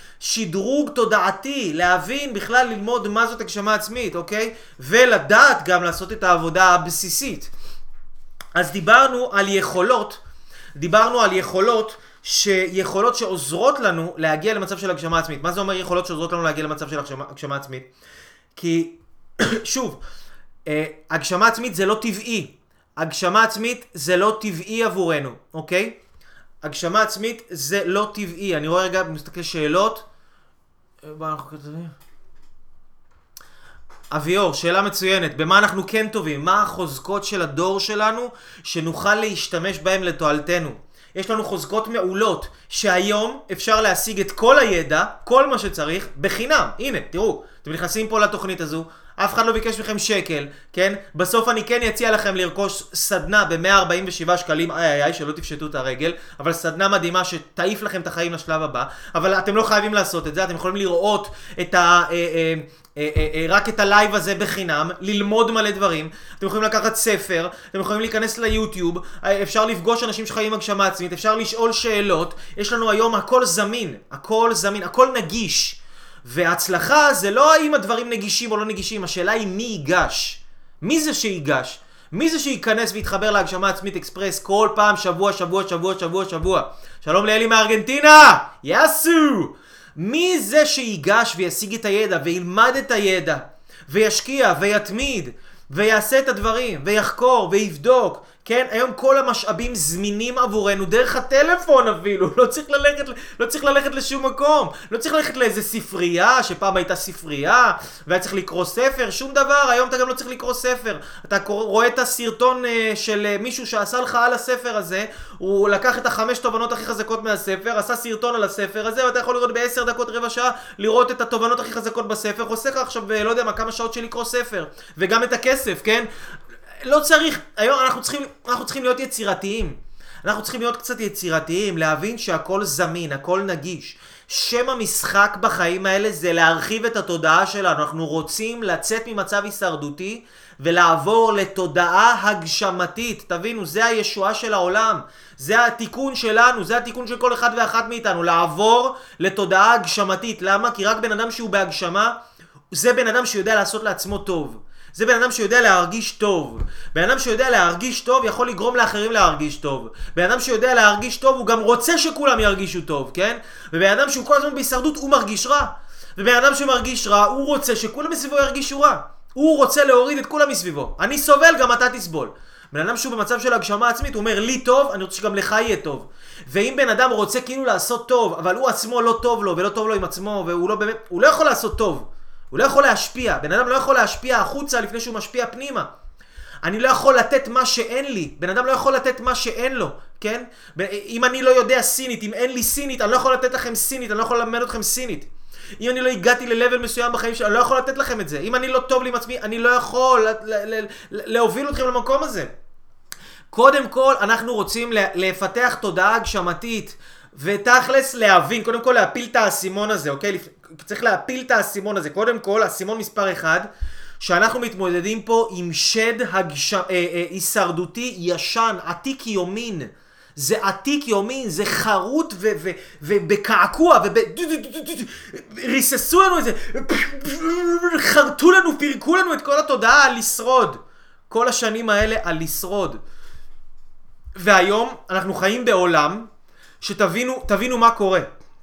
שדרוג תודעתי, להבין בכלל, ללמוד מה זאת הגשמה עצמית, אוקיי? ולדעת גם לעשות את העבודה הבסיסית. אז דיברנו על יכולות, דיברנו על יכולות, שיכולות שעוזרות לנו להגיע למצב של הגשמה עצמית. מה זה אומר יכולות שעוזרות לנו להגיע למצב של הגשמה, הגשמה עצמית? כי, שוב, הגשמה עצמית זה לא טבעי. הגשמה עצמית זה לא טבעי עבורנו, אוקיי? הגשמה עצמית זה לא טבעי. אני רואה רגע, מסתכל שאלות. מה אנחנו כתבים? אביור, שאלה מצוינת. במה אנחנו כן טובים? מה החוזקות של הדור שלנו שנוכל להשתמש בהם לתועלתנו? יש לנו חוזקות מעולות שהיום אפשר להשיג את כל הידע, כל מה שצריך, בחינם. הנה, תראו, אתם נכנסים פה לתוכנית הזו, אף אחד לא ביקש מכם שקל, כן? בסוף אני כן יציע לכם לרכוש סדנה ב-מאה ארבעים ושבעה שקלים, איי איי איי, שלא תפשטו את הרגל, אבל סדנה מדהימה שתעיף לכם את החיים לשלב הבא, אבל אתם לא חייבים לעשות את זה, אתם יכולים לראות את ה... אה, אה, אה, אה, אה, רק את הלייב הזה בחינם, ללמוד מלא דברים, אתם יכולים לקחת ספר, אתם יכולים להיכנס ליוטיוב, אפשר לפגוש אנשים שחיים הגשמה עצמית, אפשר לשאול שאלות, יש לנו היום הכל זמין, הכל זמין, הכל נגיש. וההצלחה זה לא האם הדברים נגישים או לא נגישים, השאלה היא מי ייגש. מי זה שיגש? מי זה שייכנס ויתחבר להגשמה עצמית אקספרס כל פעם, שבוע, שבוע, שבוע, שבוע, שבוע? שלום לאלי מארגנטינה! יאסו! מי זה שיגש וישיג את הידע וילמד את הידע וישקיע ויתמיד ויעשה את הדברים ויחקור ויבדוק? כן, היום כל המשאבים זמינים עבורנו דרך הטלפון אפילו, לא צריך ללכת, לא צריך ללכת לשום מקום, לא צריך ללכת לאיזה ספרייה, שפעם הייתה ספרייה, והיה צריך לקרוא ספר, שום דבר, היום אתה גם לא צריך לקרוא ספר, אתה רואה את הסרטון של מישהו שעשה לך על הספר הזה, הוא לקח את החמש תובנות הכי חזקות מהספר, עשה סרטון על הספר הזה, ואתה יכול לראות בעשר דקות רבע שעה, לראות את התובנות הכי חזקות בספר, חוסך לך עכשיו, לא יודע מה, כמה שעות של לקרוא ספר, וגם את הכסף, כן? לא צריך, היום אנחנו צריכים, אנחנו צריכים להיות יצירתיים. אנחנו צריכים להיות קצת יצירתיים, להבין שהכל זמין, הכל נגיש. שם המשחק בחיים האלה זה להרחיב את התודעה שלנו. אנחנו רוצים לצאת ממצב הישרדותי ולעבור לתודעה הגשמתית. תבינו, זה הישועה של העולם. זה התיקון שלנו, זה התיקון של כל אחד ואחת מאיתנו. לעבור לתודעה הגשמתית. למה? כי רק בן אדם שהוא בהגשמה, זה בן אדם שיודע לעשות לעצמו טוב. זה בן אדם שיודע להרגיש טוב. בן אדם שיודע להרגיש טוב יכול לגרום לאחרים להרגיש טוב. בן אדם שיודע להרגיש טוב הוא גם רוצה שכולם ירגישו טוב, כן? ובן אדם שהוא כל הזמן בהישרדות הוא מרגיש רע. ובן אדם שמרגיש רע הוא רוצה שכולם מסביבו ירגישו רע. הוא רוצה להוריד את כולם מסביבו. אני סובל, גם אתה תסבול. בן אדם שהוא במצב של הגשמה עצמית הוא אומר לי טוב, אני רוצה שגם לך יהיה טוב. ואם בן אדם רוצה כאילו לעשות טוב, אבל הוא עצמו לא טוב לו ולא טוב לו עם עצמו, והוא לא באמת, הוא לא יכול לעשות טוב. הוא לא יכול להשפיע, בן אדם לא יכול להשפיע החוצה לפני שהוא משפיע פנימה. אני לא יכול לתת מה שאין לי, בן אדם לא יכול לתת מה שאין לו, כן? אם אני לא יודע סינית, אם אין לי סינית, אני לא יכול לתת לכם סינית, אני לא יכול ללמד אתכם סינית. אם אני לא הגעתי ללבל מסוים בחיים שלי, אני לא יכול לתת לכם את זה. אם אני לא טוב לי עם עצמי, אני לא יכול להוביל אתכם למקום הזה. קודם כל, אנחנו רוצים לפתח תודעה הגשמתית, ותכלס להבין, קודם כל להפיל את האסימון הזה, אוקיי? צריך להפיל את האסימון הזה. קודם כל, האסימון מספר אחד, שאנחנו מתמודדים פה עם שד הגש... אה, אה, הישרדותי ישן, עתיק יומין. זה עתיק יומין, זה חרוט ו... ו... ובקעקוע, וב... ריססו לנו את זה, חרטו לנו, פירקו לנו את כל התודעה על לשרוד. כל השנים האלה על לשרוד. והיום אנחנו חיים בעולם, שתבינו, תבינו מה קורה.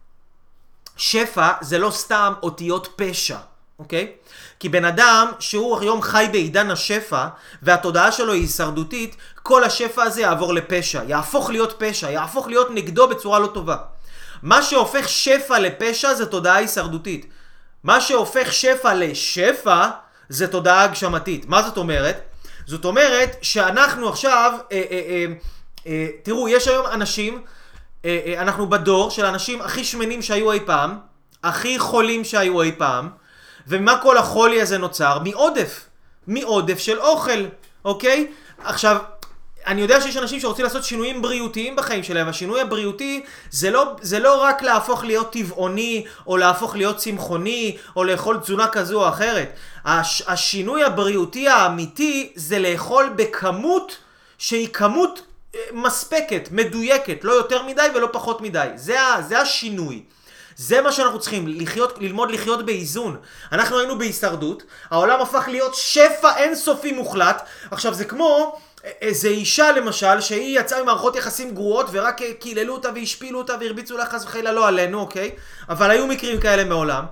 שפע זה לא סתם אותיות פשע, אוקיי? כי בן אדם שהוא היום חי בעידן השפע, והתודעה שלו היא הישרדותית, כל השפע הזה יעבור לפשע, יהפוך להיות פשע, יהפוך להיות נגדו בצורה לא טובה. מה שהופך שפע לפשע זה תודעה הישרדותית. מה שהופך שפע לשפע זה תודעה הגשמתית. מה זאת אומרת? זאת אומרת שאנחנו עכשיו, אה, אה, אה, אה, תראו, יש היום אנשים, אנחנו בדור של האנשים הכי שמנים שהיו אי פעם, הכי חולים שהיו אי פעם, ומה כל החולי הזה נוצר? מעודף, מעודף של אוכל, אוקיי? עכשיו, אני יודע שיש אנשים שרוצים לעשות שינויים בריאותיים בחיים שלהם. השינוי הבריאותי זה לא, זה לא רק להפוך להיות טבעוני, או להפוך להיות צמחוני, או לאכול תזונה כזו או אחרת. הש, השינוי הבריאותי האמיתי זה לאכול בכמות שהיא כמות מספקת, מדויקת, לא יותר מדי ולא פחות מדי. זה, זה השינוי. זה מה שאנחנו צריכים, לחיות, ללמוד לחיות באיזון. אנחנו היינו בהישרדות, העולם הפך להיות שפע אינסופי מוחלט. עכשיו זה כמו איזו אישה למשל, שהיא יצאה ממערכות יחסים גרועות ורק קיללו אותה והשפילו אותה והרביצו לה חס וחלילה, לא עלינו, אוקיי? אבל היו מקרים כאלה מעולם.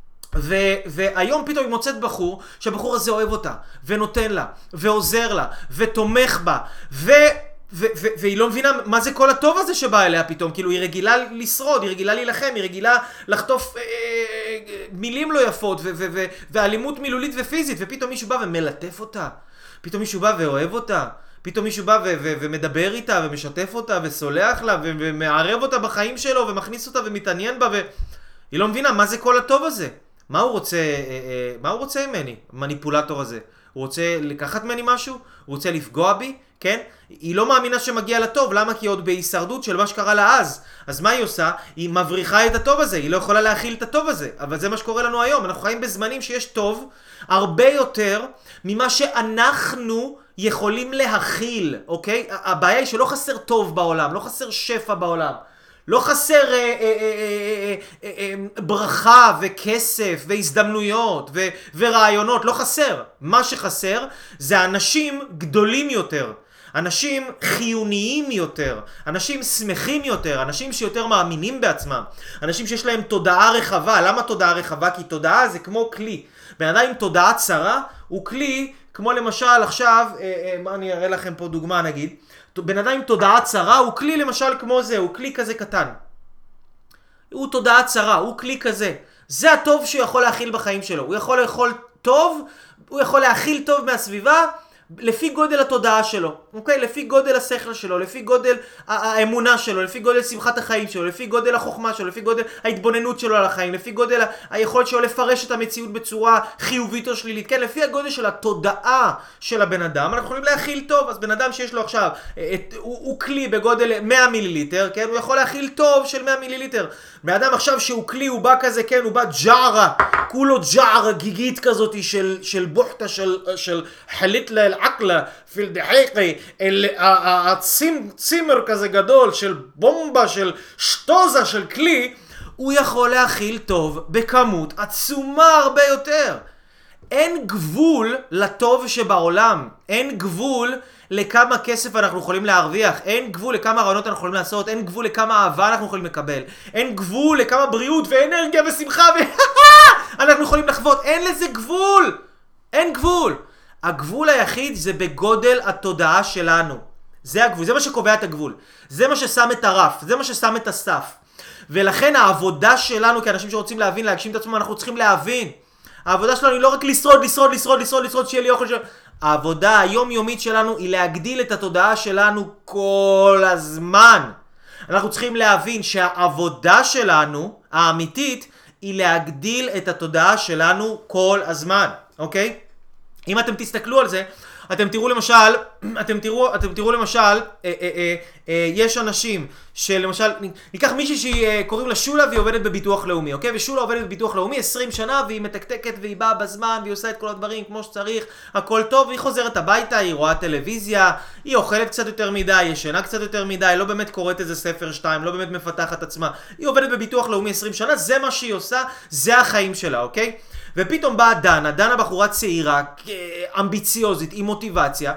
ו- והיום פתאום היא מוצאת בחור, שהבחור הזה אוהב אותה, ונותן לה, ועוזר לה, ותומך בה, ו... ו- ו- והיא לא מבינה מה זה כל הטוב הזה שבא אליה פתאום. כאילו היא רגילה לשרוד, היא רגילה להילחם, היא רגילה לחטוף אה, אה, מילים לא יפות ו- ו- ו- ואלימות מילולית ופיזית, ופתאום מישהו בא ומלטף אותה, פתאום מישהו בא ואוהב אותה, פתאום מישהו בא ו- ו- ומדבר איתה ומשתף אותה וסולח לה ו- ומערב אותה בחיים שלו ומכניס אותה ומתעניין בה, והיא לא מבינה מה זה כל הטוב הזה. מה הוא רוצה, אה, אה, מה הוא רוצה ממני, מניפולטור הזה? הוא רוצה לקחת ממני משהו? הוא רוצה לפגוע בי? כן? היא לא מאמינה שמגיע לה טוב. למה? כי היא עוד בהישרדות של מה שקרה לה אז. אז מה היא עושה? היא מבריחה את הטוב הזה. היא לא יכולה להכיל את הטוב הזה. אבל זה מה שקורה לנו היום. אנחנו חיים בזמנים שיש טוב הרבה יותר ממה שאנחנו יכולים להכיל, אוקיי? הבעיה היא שלא חסר טוב בעולם, לא חסר שפע בעולם. לא חסר אה, אה, אה, אה, אה, אה, ברכה וכסף והזדמנויות ו, ורעיונות, לא חסר. מה שחסר זה אנשים גדולים יותר. אנשים חיוניים יותר, אנשים שמחים יותר, אנשים שיותר מאמינים בעצמם, אנשים שיש להם תודעה רחבה. למה תודעה רחבה? כי תודעה זה כמו כלי. בן אדם עם תודעה צרה הוא כלי, כמו למשל עכשיו, אה, אה, מה אני אראה לכם פה דוגמה נגיד, בן אדם עם תודעה צרה הוא כלי למשל כמו זה, הוא כלי כזה קטן. הוא תודעה צרה, הוא כלי כזה. זה הטוב שהוא יכול להכיל בחיים שלו. הוא יכול לאכול טוב, הוא יכול להכיל טוב מהסביבה, לפי גודל התודעה שלו, אוקיי? לפי גודל השכל שלו, לפי גודל האמונה שלו, לפי גודל שמחת החיים שלו, לפי גודל החוכמה שלו, לפי גודל ההתבוננות שלו על החיים, לפי גודל היכולת שלו לפרש את המציאות בצורה חיובית או שלילית, כן? לפי הגודל של התודעה של הבן אדם, אנחנו יכולים להכיל טוב. אז בן אדם שיש לו עכשיו, את, הוא, הוא כלי בגודל מאה מיליליטר, כן? הוא יכול להכיל טוב של מאה מיליליטר. בן אדם עכשיו שהוא כלי, הוא בא כזה, כן? הוא בא ג'ערה, כולו ג'ערה גיגית כזאת של, של בוחטה, של, של חלית ל... עקלה, פיל דחיקי, הצימר כזה גדול של בומבה, של שטוזה, של כלי, הוא יכול להכיל טוב בכמות עצומה הרבה יותר. אין גבול לטוב שבעולם, אין גבול לכמה כסף אנחנו יכולים להרוויח, אין גבול לכמה רעיונות אנחנו יכולים לעשות, אין גבול לכמה אהבה אנחנו יכולים לקבל, אין גבול לכמה בריאות ואנרגיה ושמחה ואנחנו יכולים לחוות, אין לזה גבול, אין גבול. הגבול היחיד זה בגודל התודעה שלנו. זה הגבול, זה מה שקובע את הגבול. זה מה ששם את הרף, זה מה ששם את הסף. ולכן העבודה שלנו כאנשים שרוצים להבין, להגשים את עצמם, אנחנו צריכים להבין. העבודה שלנו היא לא רק לשרוד, לשרוד, לשרוד, לשרוד, לשרוד, שיהיה לי אוכל של... העבודה היומיומית שלנו היא להגדיל את התודעה שלנו כל הזמן. אנחנו צריכים להבין שהעבודה שלנו, האמיתית, היא להגדיל את התודעה שלנו כל הזמן. אוקיי? אם אתם תסתכלו על זה, אתם תראו למשל, אתם תראו, אתם תראו למשל, אה, אה, אה, אה, יש אנשים שלמשל, ניקח מישהי שקוראים לה שולה והיא עובדת בביטוח לאומי, אוקיי? ושולה עובדת בביטוח לאומי עשרים שנה והיא מתקתקת והיא באה בזמן והיא עושה את כל הדברים כמו שצריך, הכל טוב, והיא חוזרת הביתה, היא רואה טלוויזיה, היא אוכלת קצת יותר מדי, ישנה קצת יותר מדי, לא באמת קוראת איזה ספר שתיים, לא באמת מפתחת עצמה. היא עובדת בביטוח לאומי עשרים שנה, זה מה שהיא עושה, זה החיים שלה, אוקיי? ופתאום באה דנה, דנה בחורה צעירה, אמביציוזית, עם מוטיבציה,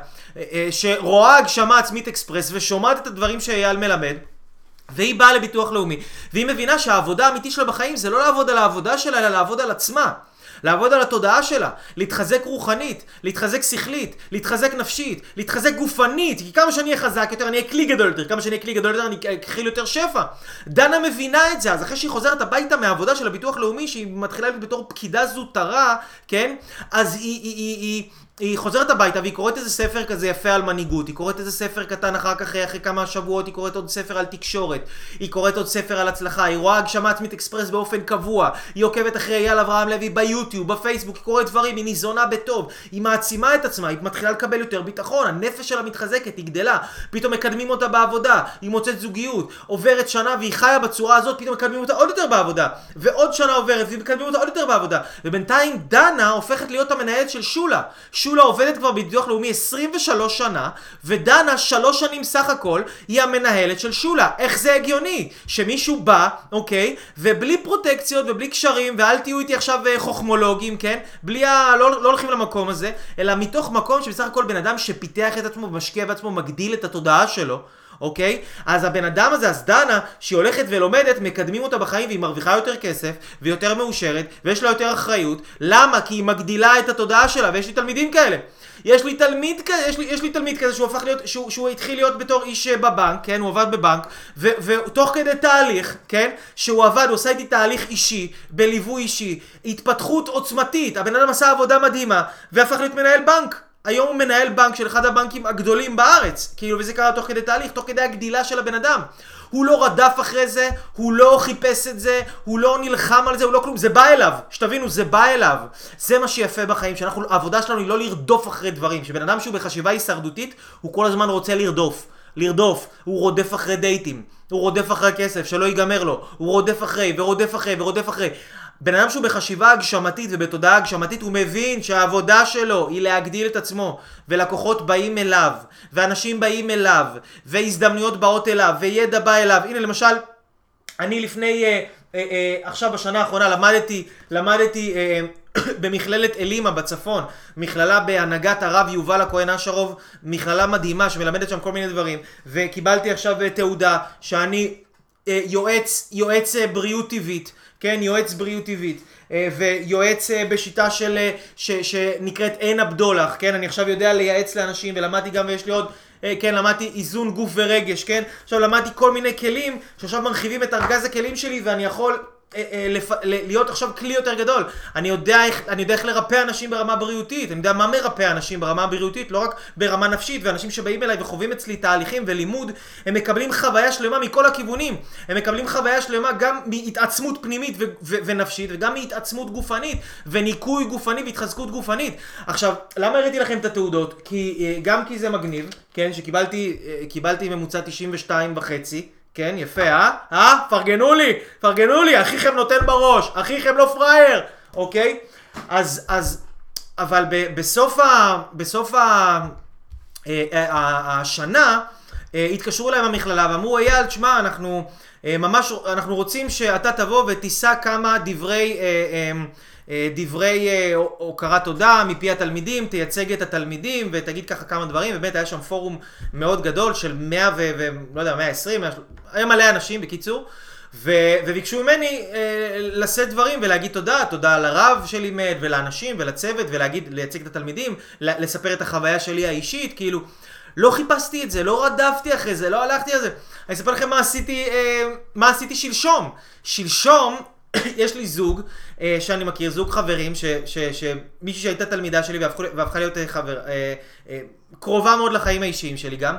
שרואה הגשמה עצמית אקספרס ושומעת את הדברים שאייל מלמד, והיא באה לביטוח לאומי, והיא מבינה שהעבודה האמיתית שלה בחיים זה לא לעבוד על העבודה שלה, אלא לעבוד על עצמה. לעבוד על התודעה שלה, להתחזק רוחנית, להתחזק שכלית, להתחזק נפשית, להתחזק גופנית, כי כמה שאני אהיה חזק יותר, אני אהיה כלי גדול יותר, כמה שאני אהיה כלי גדול יותר, אני אכיל יותר שפע. דנה מבינה את זה, אז אחרי שהיא חוזרת הביתה מהעבודה של הביטוח לאומי, שהיא מתחילה בתור פקידה זוטרה, כן? אז היא, היא, היא, היא, היא חוזרת הביתה והיא קוראת איזה ספר כזה יפה על מנהיגות, היא קוראת איזה ספר קטן אחר כך, אחרי כמה שבועות, היא קוראת עוד ספר על תקשורת, היא קוראת עוד ספר על הצלחה, היא רואה הגשמה עצמית אקספרס באופן קבוע, היא עוקבת אחרי אייל אברהם לוי ביוטיוב, בפייסבוק, היא קוראת דברים, היא ניזונה בטוב, היא מעצימה את עצמה, היא מתחילה לקבל יותר ביטחון, הנפש שלה מתחזקת, היא גדלה, פתאום מקדמים אותה בעבודה, היא מוצאת זוגיות, עוברת שנה והיא חיה בצורה הזאת, פתאום מקדמים אותה עוד יותר בעבודה, ועוד שנה עוברת והיא מקדמים אותה עוד יותר בעבודה, ובינתיים דנה הופכת להיות המנהלת של שולה. שולה עובדת כבר בביטוח לאומי עשרים ושלוש שנה, ודנה שלוש שנים סך הכל היא המנהלת של שולה. איך זה הגיוני? שמישהו בא, אוקיי, ובלי פרוטקציות ובלי קשרים, ואל תהיו איתי עכשיו חוכמולוגים, כן? בלי ה... לא, לא הולכים למקום הזה, אלא מתוך מקום שבסך הכל בן אדם שפיתח את עצמו ומשקיע בעצמו, מגדיל את התודעה שלו. אוקיי? אז הבן אדם הזה, אז דנה, שהיא הולכת ולומדת, מקדמים אותה בחיים והיא מרוויחה יותר כסף ויותר מאושרת ויש לה יותר אחריות. למה? כי היא מגדילה את התודעה שלה, ויש לי תלמידים כאלה. יש לי תלמיד כזה, יש לי, יש לי תלמיד כזה שהוא הפך להיות, שהוא, שהוא התחיל להיות בתור איש בבנק, כן? הוא עבד בבנק, ו, ותוך כדי תהליך, כן? שהוא עבד, הוא עושה איתי תהליך אישי, בליווי אישי, התפתחות עוצמתית, הבן אדם עשה עבודה מדהימה, והפך להיות מנהל בנק. היום הוא מנהל בנק של אחד הבנקים הגדולים בארץ, כאילו, וזה קרה תוך כדי תהליך, תוך כדי הגדילה של הבן אדם. הוא לא רדף אחרי זה, הוא לא חיפש את זה, הוא לא נלחם על זה, הוא לא כלום, זה בא אליו, שתבינו, זה בא אליו. זה מה שיפה בחיים, שאנחנו, העבודה שלנו היא לא לרדוף אחרי דברים, שבן אדם שהוא בחשיבה הישרדותית, הוא כל הזמן רוצה לרדוף, לרדוף, הוא רודף אחרי דייטים, הוא רודף אחרי כסף, שלא ייגמר לו, הוא רודף אחרי, ורודף אחרי, ורודף אחרי. בן אדם שהוא בחשיבה הגשמתית ובתודעה הגשמתית, הוא מבין שהעבודה שלו היא להגדיל את עצמו, ולקוחות באים אליו, ואנשים באים אליו, והזדמנויות באות אליו, וידע בא אליו. הנה למשל, אני לפני, אה, אה, אה, עכשיו בשנה האחרונה למדתי, למדתי אה, במכללת אלימה בצפון, מכללה בהנהגת הרב יובל הכהן אשרוב, מכללה מדהימה שמלמדת שם כל מיני דברים, וקיבלתי עכשיו תעודה שאני אה, יועץ, יועץ בריאות טבעית, כן, יועץ בריאות טבעית, אה, ויועץ אה, בשיטה של, אה, ש, שנקראת עין הבדולח, כן, אני עכשיו יודע לייעץ לאנשים, ולמדתי גם ויש לי עוד, כן, למדתי איזון גוף ורגש, כן? עכשיו למדתי כל מיני כלים שעכשיו מרחיבים את ארגז הכלים שלי ואני יכול אה, אה, לפ... להיות עכשיו כלי יותר גדול. אני יודע איך, אני יודע איך לרפא אנשים ברמה בריאותית, אני יודע מה מרפא אנשים ברמה בריאותית, לא רק ברמה נפשית, ואנשים שבאים אליי וחווים אצלי תהליכים ולימוד, הם מקבלים חוויה שלמה מכל הכיוונים. הם מקבלים חוויה שלמה גם מהתעצמות פנימית ו- ו- ונפשית, וגם מהתעצמות גופנית, וניקוי גופני והתחזקות גופנית. עכשיו, למה הראיתי לכם את התעודות? כי, גם כי זה מגניב, כן, שקיבלתי, קיבלתי ממוצע תשעים ושתיים וחצי, כן, יפה, אה? אה? פרגנו לי, פרגנו לי, אחיכם נותן בראש, אחיכם לא פרייר, אוקיי? אז, אז, אבל ב, בסוף ה... בסוף ה... אה, אה, השנה, אה, התקשרו אליי מהמכללה ואמרו, אייל, תשמע, אנחנו אה, ממש, אנחנו רוצים שאתה תבוא ותישא כמה דברי... אה, אה, דברי הוקרת תודה מפי התלמידים, תייצג את התלמידים ותגיד ככה כמה דברים. באמת היה שם פורום מאוד גדול של מאה ו... ו לא יודע, מאה ועשרים, היה מלא אנשים בקיצור, ו, וביקשו ממני אה, לשאת דברים ולהגיד תודה, תודה לרב שלימד ולאנשים ולצוות ולהגיד, לייצג את התלמידים, לספר את החוויה שלי האישית, כאילו לא חיפשתי את זה, לא רדפתי אחרי זה, לא הלכתי על זה. אני אספר לכם מה עשיתי, אה, מה עשיתי שלשום. שלשום יש לי זוג אה, שאני מכיר, זוג חברים, ש, ש, שמישהי שהייתה תלמידה שלי והפכה, והפכה להיות חבר, אה, אה, קרובה מאוד לחיים האישיים שלי גם,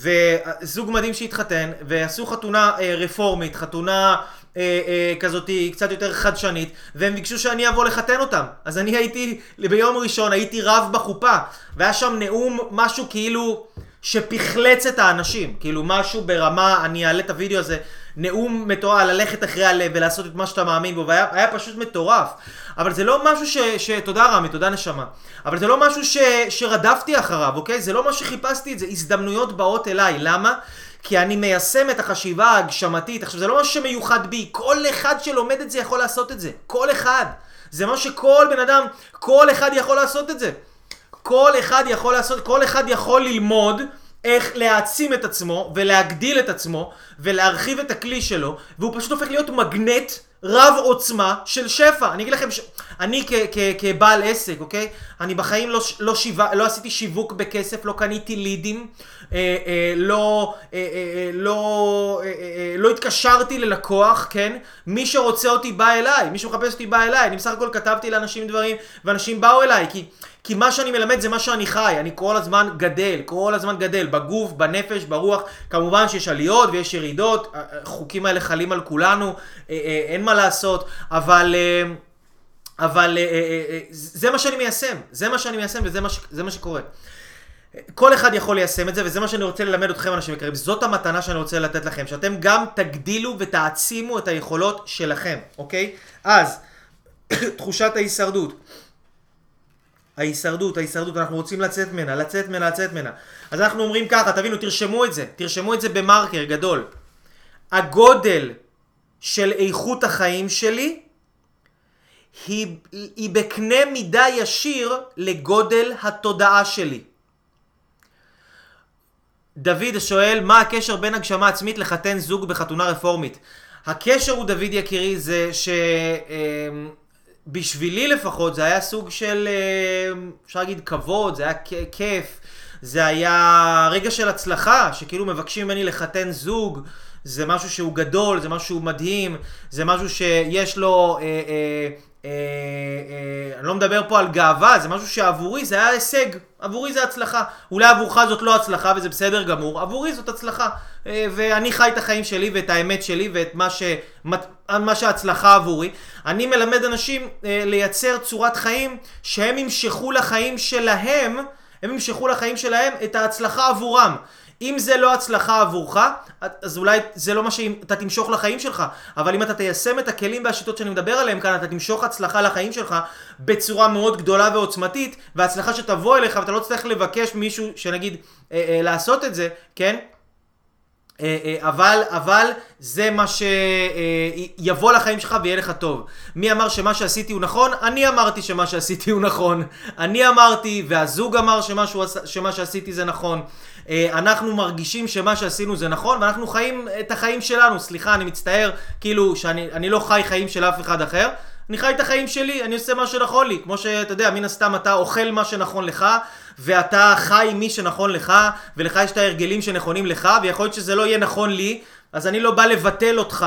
וזוג מדהים שהתחתן, ועשו חתונה אה, רפורמית, חתונה אה, אה, כזאת קצת יותר חדשנית, והם ביקשו שאני אבוא לחתן אותם. אז אני הייתי, ביום ראשון הייתי רב בחופה, והיה שם נאום משהו כאילו שפחלץ את האנשים, כאילו משהו ברמה, אני אעלה את הוידאו הזה, נאום מטורף, ללכת אחרי הלב ולעשות את מה שאתה מאמין בו, והיה היה פשוט מטורף. אבל זה לא משהו ש... ש תודה רמי, תודה נשמה. אבל זה לא משהו ש, שרדפתי אחריו, אוקיי? זה לא משהו שחיפשתי את זה. הזדמנויות באות אליי. למה? כי אני מיישם את החשיבה ההגשמתית. עכשיו, זה לא משהו שמיוחד בי. כל אחד שלומד את זה יכול לעשות את זה. כל אחד. זה משהו שכל בן אדם, כל אחד יכול לעשות את זה. כל אחד יכול לעשות, כל אחד יכול ללמוד איך להעצים את עצמו ולהגדיל את עצמו ולהרחיב את הכלי שלו, והוא פשוט הופך להיות מגנט רב עוצמה של שפע. אני אגיד לכם, ש... אני כ- כ- כבעל עסק, אוקיי? אני בחיים לא, לא, שיו... לא עשיתי שיווק בכסף, לא קניתי לידים, אה, אה, לא, אה, אה, לא, אה, אה, לא התקשרתי ללקוח, כן? מי שרוצה אותי בא אליי, מי שמחפש אותי בא אליי. אני בסך הכל כתבתי לאנשים דברים ואנשים באו אליי, כי כי מה שאני מלמד זה מה שאני חי, אני כל הזמן גדל, כל הזמן גדל, בגוף, בנפש, ברוח. כמובן שיש עליות ויש ירידות, החוקים האלה חלים על כולנו, אין מה לעשות, אבל, אבל זה מה שאני מיישם, זה מה שאני מיישם וזה מה, זה מה שקורה. כל אחד יכול ליישם את זה, וזה מה שאני רוצה ללמד אתכם, אנשים יקרים. זאת המתנה שאני רוצה לתת לכם, שאתם גם תגדילו ותעצימו את היכולות שלכם, אוקיי? אז, תחושת ההישרדות. ההישרדות, ההישרדות, אנחנו רוצים לצאת מנה, לצאת מנה, לצאת מנה. אז אנחנו אומרים ככה, תבינו, תרשמו את זה, תרשמו את זה במרקר גדול. הגודל של איכות החיים שלי היא, היא בקנה מידה ישיר לגודל התודעה שלי. דוד שואל, מה הקשר בין הגשמה עצמית לחתן זוג בחתונה רפורמית? הקשר הוא, דוד יקירי, זה ש... בשבילי לפחות זה היה סוג של, אפשר להגיד, כבוד, זה היה כיף, זה היה רגע של הצלחה, שכאילו מבקשים ממני לחתן זוג, זה משהו שהוא גדול, זה משהו שהוא מדהים, זה משהו שיש לו, אה, אה, אה, אה, אני לא מדבר פה על גאווה, זה משהו שעבורי זה היה הישג, עבורי זה הצלחה. אולי עבורך זאת לא הצלחה וזה בסדר גמור, עבורי זאת הצלחה. אה, ואני חי את החיים שלי ואת האמת שלי ואת מה, ש, מה שההצלחה עבורי. אני מלמד אנשים אה, לייצר צורת חיים שהם ימשכו לחיים שלהם, הם ימשכו לחיים שלהם את ההצלחה עבורם. אם זה לא הצלחה עבורך, אז אולי זה לא מה שאתה תמשוך לחיים שלך. אבל אם אתה תיישם את הכלים והשיטות שאני מדבר עליהם כאן, אתה תמשוך הצלחה לחיים שלך בצורה מאוד גדולה ועוצמתית, והצלחה שתבוא אליך, ואתה לא צריך לבקש מישהו שנגיד אה, אה, לעשות את זה, כן? אבל, אבל זה מה שיבוא לחיים שלך ויהיה לך טוב. מי אמר שמה שעשיתי הוא נכון? אני אמרתי שמה שעשיתי הוא נכון. אני אמרתי, והזוג אמר שמה, שמה שעשיתי זה נכון. אנחנו מרגישים שמה שעשינו זה נכון, ואנחנו חיים את החיים שלנו. סליחה, אני מצטער, כאילו שאני אני לא חי חיים של אף אחד אחר. אני חי את החיים שלי, אני עושה מה שנכון לי. כמו שאתה יודע, מן הסתם אתה אוכל מה שנכון לך, ואתה חי מי שנכון לך, ולך יש את ההרגלים שנכונים לך, ויכול להיות שזה לא יהיה נכון לי, אז אני לא בא לבטל אותך,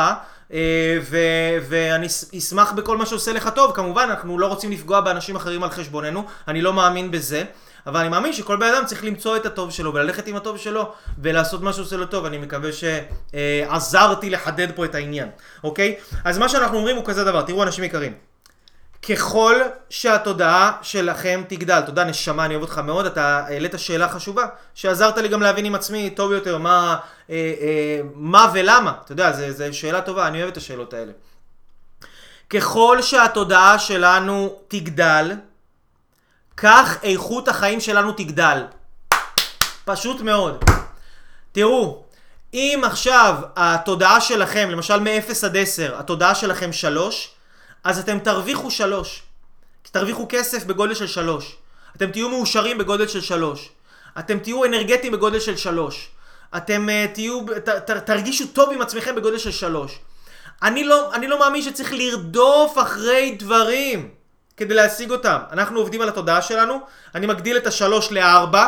ו- ואני אשמח בכל מה שעושה לך טוב. כמובן, אנחנו לא רוצים לפגוע באנשים אחרים על חשבוננו, אני לא מאמין בזה, אבל אני מאמין שכל בן אדם צריך למצוא את הטוב שלו, וללכת עם הטוב שלו, ולעשות מה שעושה לו טוב. אני מקווה שעזרתי לחדד פה את העניין, אוקיי? אז מה שאנחנו אומרים הוא כזה דבר, תראו אנשים יקרים. ככל שהתודעה שלכם תגדל, תודה נשמה, אני אוהב אותך מאוד, אתה העלית שאלה חשובה, שעזרת לי גם להבין עם עצמי טוב יותר מה, אה, אה, מה ולמה, אתה יודע, זה, זה שאלה טובה, אני אוהב את השאלות האלה. ככל שהתודעה שלנו תגדל, כך איכות החיים שלנו תגדל. פשוט מאוד. תראו, אם עכשיו התודעה שלכם, למשל מ-אפס עד עשר, התודעה שלכם שלוש, אז אתם תרוויחו שלוש. תרוויחו כסף בגודל של שלוש. אתם תהיו מאושרים בגודל של שלוש. אתם תהיו אנרגטיים בגודל של שלוש. אתם uh, תהיו, ת, ת, תרגישו טוב עם עצמכם בגודל של שלוש. אני לא, אני לא מאמין שצריך לרדוף אחרי דברים כדי להשיג אותם. אנחנו עובדים על התודעה שלנו. אני מגדיל את השלוש לארבע,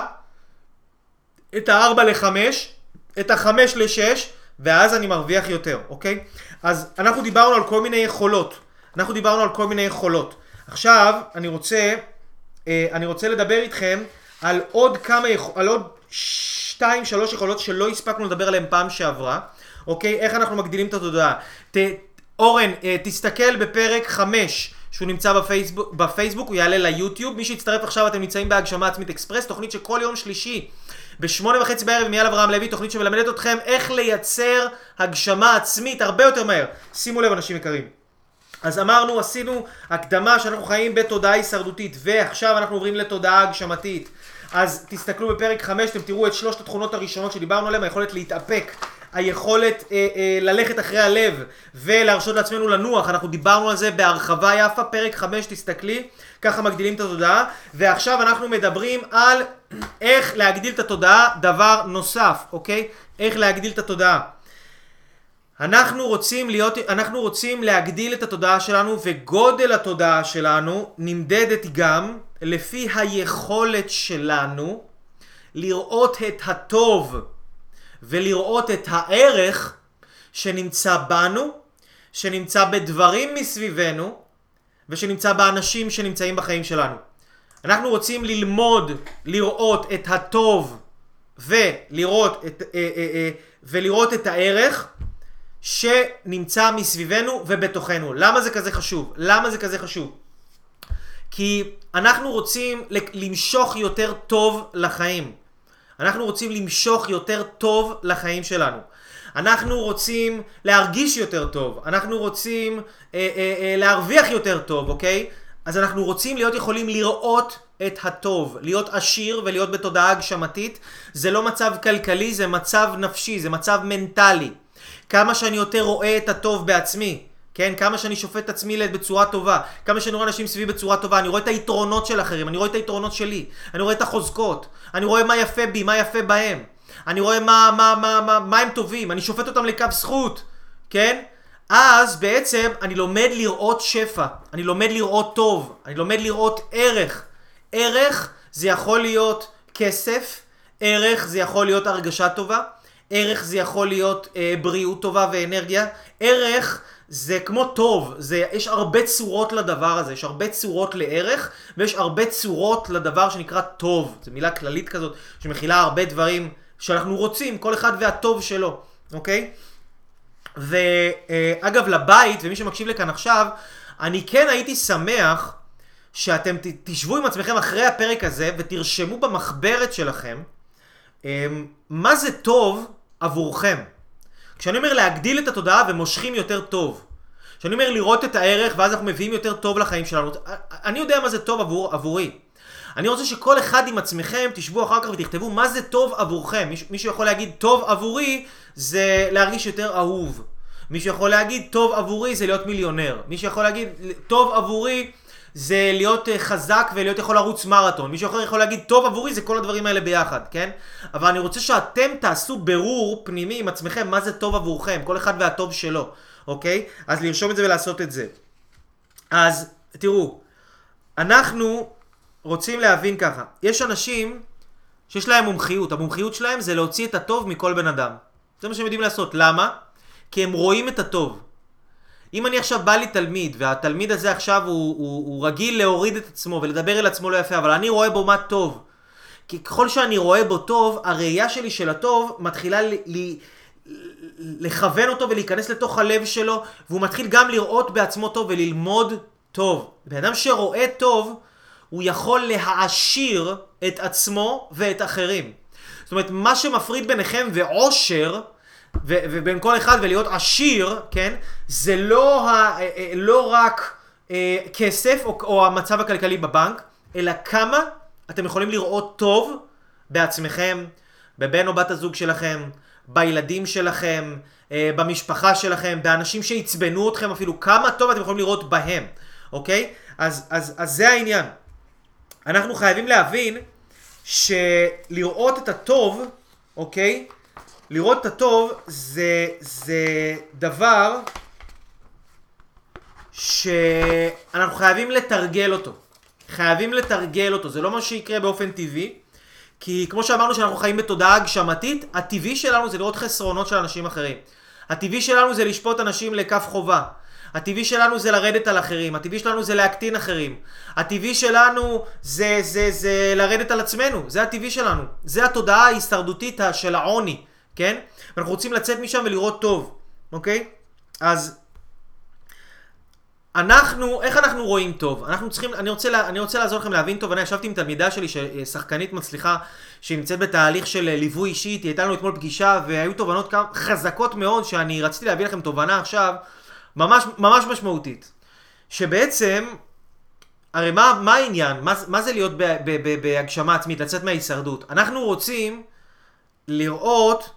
את הארבע לחמש, את החמש לשש, ואז אני מרוויח יותר, אוקיי? אז אנחנו דיברנו על כל מיני יכולות. אנחנו דיברנו על כל מיני יכולות. עכשיו אני רוצה, אני רוצה לדבר איתכם על עוד כמה, על עוד שתיים, שלוש יכולות שלא הספקנו לדבר עליהן פעם שעברה. אוקיי? איך אנחנו מגדילים את התודעה. ת, אורן, תסתכל בפרק חמש, שהוא נמצא בפייסבוק, בפייסבוק, הוא יעלה ליוטיוב. מי שיצטרף עכשיו, אתם נמצאים בהגשמה עצמית אקספרס, תוכנית שכל יום שלישי, בשמונה וחצי בערב, מיאל אברהם לוי, תוכנית שמלמדת אתכם איך לייצר הגשמה עצמית הרבה יותר מהר. שימו לב אנשים יקרים. אז אמרנו, עשינו הקדמה שאנחנו חיים בתודעה הישרדותית, ועכשיו אנחנו עוברים לתודעה הגשמתית. אז תסתכלו בפרק חמש, אתם תראו את שלושת התכונות הראשונות שדיברנו עליהן, היכולת להתאפק, היכולת אה, אה, ללכת אחרי הלב ולהרשות לעצמנו לנוח. אנחנו דיברנו על זה בהרחבה יפה, פרק חמש, תסתכלי, ככה מגדילים את התודעה. ועכשיו אנחנו מדברים על איך להגדיל את התודעה, דבר נוסף, אוקיי? איך להגדיל את התודעה. אנחנו רוצים להיות, אנחנו רוצים להגדיל את התודעה שלנו, וגודל התודעה שלנו נמדדת גם לפי היכולת שלנו לראות את הטוב ולראות את הערך שנמצא בנו, שנמצא בדברים מסביבנו ושנמצא באנשים שנמצאים בחיים שלנו. אנחנו רוצים ללמוד לראות את הטוב ולראות את, אה, אה, אה, ולראות את הערך שנמצא מסביבנו ובתוכנו. למה זה כזה חשוב? למה זה כזה חשוב? כי אנחנו רוצים למשוך יותר טוב לחיים. אנחנו רוצים למשוך יותר טוב לחיים שלנו. אנחנו רוצים להרגיש יותר טוב. אנחנו רוצים אה, אה, אה, להרוויח יותר טוב, אוקיי? אז אנחנו רוצים להיות יכולים לראות את הטוב, להיות עשיר ולהיות בתודעה הגשמתית. זה לא מצב כלכלי, זה מצב נפשי, זה מצב מנטלי. כמה שאני יותר רואה את הטוב בעצמי, כן? כמה שאני שופט את עצמי בצורה טובה, כמה שאני רואה אנשים סביבי בצורה טובה, אני רואה את היתרונות של אחרים, אני רואה את היתרונות שלי, אני רואה את החוזקות, אני רואה מה יפה בי, מה יפה בהם, אני רואה מה, מה, מה, מה, מה הם טובים, אני שופט אותם לקו זכות, כן? אז בעצם אני לומד לראות שפע, אני לומד לראות טוב, אני לומד לראות ערך. ערך זה יכול להיות כסף, ערך זה יכול להיות הרגשה טובה, ערך זה יכול להיות אה, בריאות טובה ואנרגיה. ערך זה כמו טוב, זה, יש הרבה צורות לדבר הזה, יש הרבה צורות לערך, ויש הרבה צורות לדבר שנקרא טוב. זו מילה כללית כזאת שמכילה הרבה דברים שאנחנו רוצים, כל אחד והטוב שלו, אוקיי? ואגב לבית, ומי שמקשיב לכאן עכשיו, אני כן הייתי שמח שאתם תשבו עם עצמכם אחרי הפרק הזה ותרשמו במחברת שלכם מה זה טוב עבורכם. כשאני אומר להגדיל את התודעה ומושכים יותר טוב, כשאני אומר לראות את הערך ואז אנחנו מביאים יותר טוב לחיים שלנו, אני יודע מה זה טוב עבור, עבורי. אני רוצה שכל אחד עם עצמכם תשבו אחר כך ותכתבו מה זה טוב עבורכם. מישהו, מישהו יכול להגיד טוב עבורי זה להרגיש יותר אהוב. מישהו יכול להגיד טוב עבורי זה להיות מיליונר. מישהו יכול להגיד טוב עבורי זה להיות חזק ולהיות יכול לרוץ מרתון. מישהו אחר יכול להגיד טוב עבורי זה כל הדברים האלה ביחד, כן? אבל אני רוצה שאתם תעשו ברור פנימי עם עצמכם מה זה טוב עבורכם, כל אחד והטוב שלו, אוקיי? אז לרשום את זה ולעשות את זה. אז תראו, אנחנו רוצים להבין ככה, יש אנשים שיש להם מומחיות, המומחיות שלהם זה להוציא את הטוב מכל בן אדם. זה מה שהם יודעים לעשות. למה? כי הם רואים את הטוב. אם אני עכשיו בא לי תלמיד, והתלמיד הזה עכשיו הוא, הוא, הוא רגיל להוריד את עצמו ולדבר אל עצמו לא יפה, אבל אני רואה בו מה טוב. כי ככל שאני רואה בו טוב, הראייה שלי של הטוב מתחילה ל, ל, לכוון אותו ולהיכנס לתוך הלב שלו, והוא מתחיל גם לראות בעצמו טוב וללמוד טוב. בן אדם שרואה טוב, הוא יכול להעשיר את עצמו ואת אחרים. זאת אומרת, מה שמפריד ביניכם ועושר, ו- ובין כל אחד ולהיות עשיר, כן? זה לא, ה- לא רק אה, כסף או, או המצב הכלכלי בבנק, אלא כמה אתם יכולים לראות טוב בעצמכם, בבן או בת הזוג שלכם, בילדים שלכם, אה, במשפחה שלכם, באנשים שהצבנו אתכם אפילו, כמה טוב אתם יכולים לראות בהם, אוקיי? אז, אז, אז זה העניין. אנחנו חייבים להבין שלראות את הטוב, אוקיי? לראות את הטוב זה, זה דבר שאנחנו חייבים לתרגל אותו. חייבים לתרגל אותו. זה לא מה שיקרה באופן טבעי. כי כמו שאמרנו שאנחנו חיים בתודעה הגשמתית, הטבעי שלנו זה לראות חסרונות של אנשים אחרים. הטבעי שלנו זה לשפוט אנשים לכף חובה. הטבעי שלנו זה לרדת על אחרים. הטבעי שלנו זה להקטין אחרים. הטבעי שלנו זה, זה, זה לרדת על עצמנו. זה הטבעי שלנו. זה התודעה ההישרדותית של העוני. כן? ואנחנו רוצים לצאת משם ולראות טוב, אוקיי? אז אנחנו, איך אנחנו רואים טוב? אנחנו צריכים, אני רוצה, לה, אני רוצה לעזור לכם להבין טוב. אני ישבתי עם תלמידה שלי, שחקנית מצליחה, שנמצאת בתהליך של ליווי אישית, היא הייתה לנו אתמול פגישה, והיו תובנות חזקות מאוד, שאני רציתי להביא לכם תובנה עכשיו, ממש, ממש משמעותית. שבעצם, הרי מה, מה העניין? מה, מה זה להיות ב, ב, ב, בהגשמה עצמית, לצאת מההישרדות? אנחנו רוצים לראות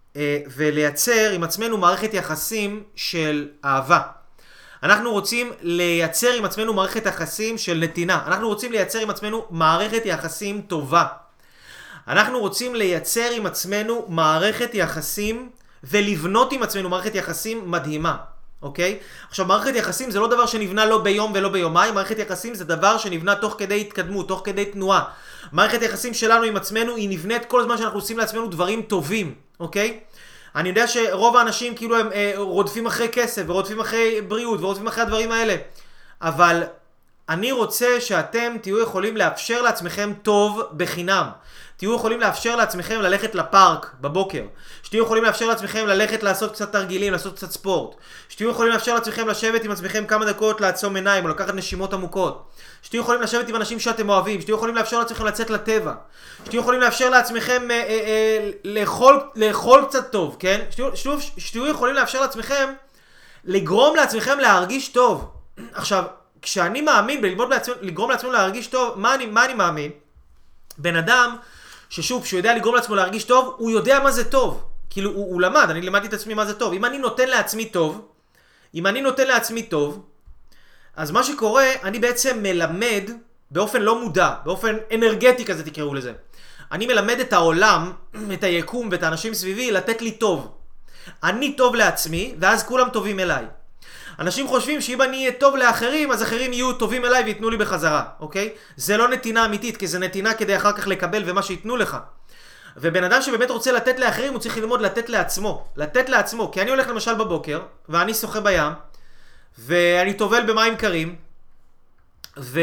ולייצר עם עצמנו מערכת יחסים של אהבה. אנחנו רוצים לייצר עם עצמנו מערכת יחסים של נתינה. אנחנו רוצים לייצר עם עצמנו מערכת יחסים טובה. אנחנו רוצים לייצר עם עצמנו מערכת יחסים ולבנות עם עצמנו מערכת יחסים מדהימה. אוקיי? עכשיו, מערכת יחסים זה לא דבר שנבנה לא ביום ולא ביומיים. מערכת יחסים זה דבר שנבנה תוך כדי התקדמות, תוך כדי תנועה. מערכת יחסים שלנו עם עצמנו היא נבנית כל הזמן שאנחנו עושים לעצמנו דברים טובים. אוקיי? אני יודע שרוב האנשים כאילו הם אה, רודפים אחרי כסף ורודפים אחרי בריאות ורודפים אחרי הדברים האלה. אבל אני רוצה שאתם תהיו יכולים לאפשר לעצמכם טוב בחינם. תהיו יכולים לאפשר לעצמכם ללכת לפארק בבוקר. שתהיו יכולים לאפשר לעצמכם ללכת לעשות קצת תרגילים, לעשות קצת ספורט. שתהיו יכולים לאפשר לעצמכם לשבת עם עצמכם כמה דקות לעצום עיניים או לקחת נשימות עמוקות. שתהיו יכולים לשבת עם אנשים שאתם אוהבים. שתהיו יכולים לאפשר לעצמכם לצאת לטבע. שתהיו יכולים לאפשר לעצמכם אה, אה, אה, לאכול, לאכול קצת טוב, כן? שתהיו, שתהיו, שתהיו יכולים לאפשר לעצמכם לגרום לעצמכם להרגיש טוב. עכשיו, כשאני מאמין בללמוד לעצמנו, לגרום לעצמנו להרגיש טוב, מה אני, מה אני מאמין? בן אדם ששוב, שהוא יודע לגרום לעצמו להרגיש טוב, הוא יודע מה זה טוב. כאילו, הוא, הוא למד, אני למדתי את עצמי מה זה טוב. אם אני נותן לעצמי טוב, אם אני נותן לעצמי טוב, אז מה שקורה, אני בעצם מלמד באופן לא מודע, באופן אנרגטי כזה תקראו לזה. אני מלמד את העולם, את היקום ואת האנשים סביבי לתת לי טוב. אני טוב לעצמי, ואז כולם טובים אליי. אנשים חושבים שאם אני אהיה טוב לאחרים, אז אחרים יהיו טובים אליי ויתנו לי בחזרה, אוקיי? זה לא נתינה אמיתית, כי זה נתינה כדי אחר כך לקבל ומה שיתנו לך. ובן אדם שבאמת רוצה לתת לאחרים, הוא צריך ללמוד לתת לעצמו. לתת לעצמו, כי אני הולך למשל בבוקר, ואני שוחה בים, ואני טובל במים קרים, ו...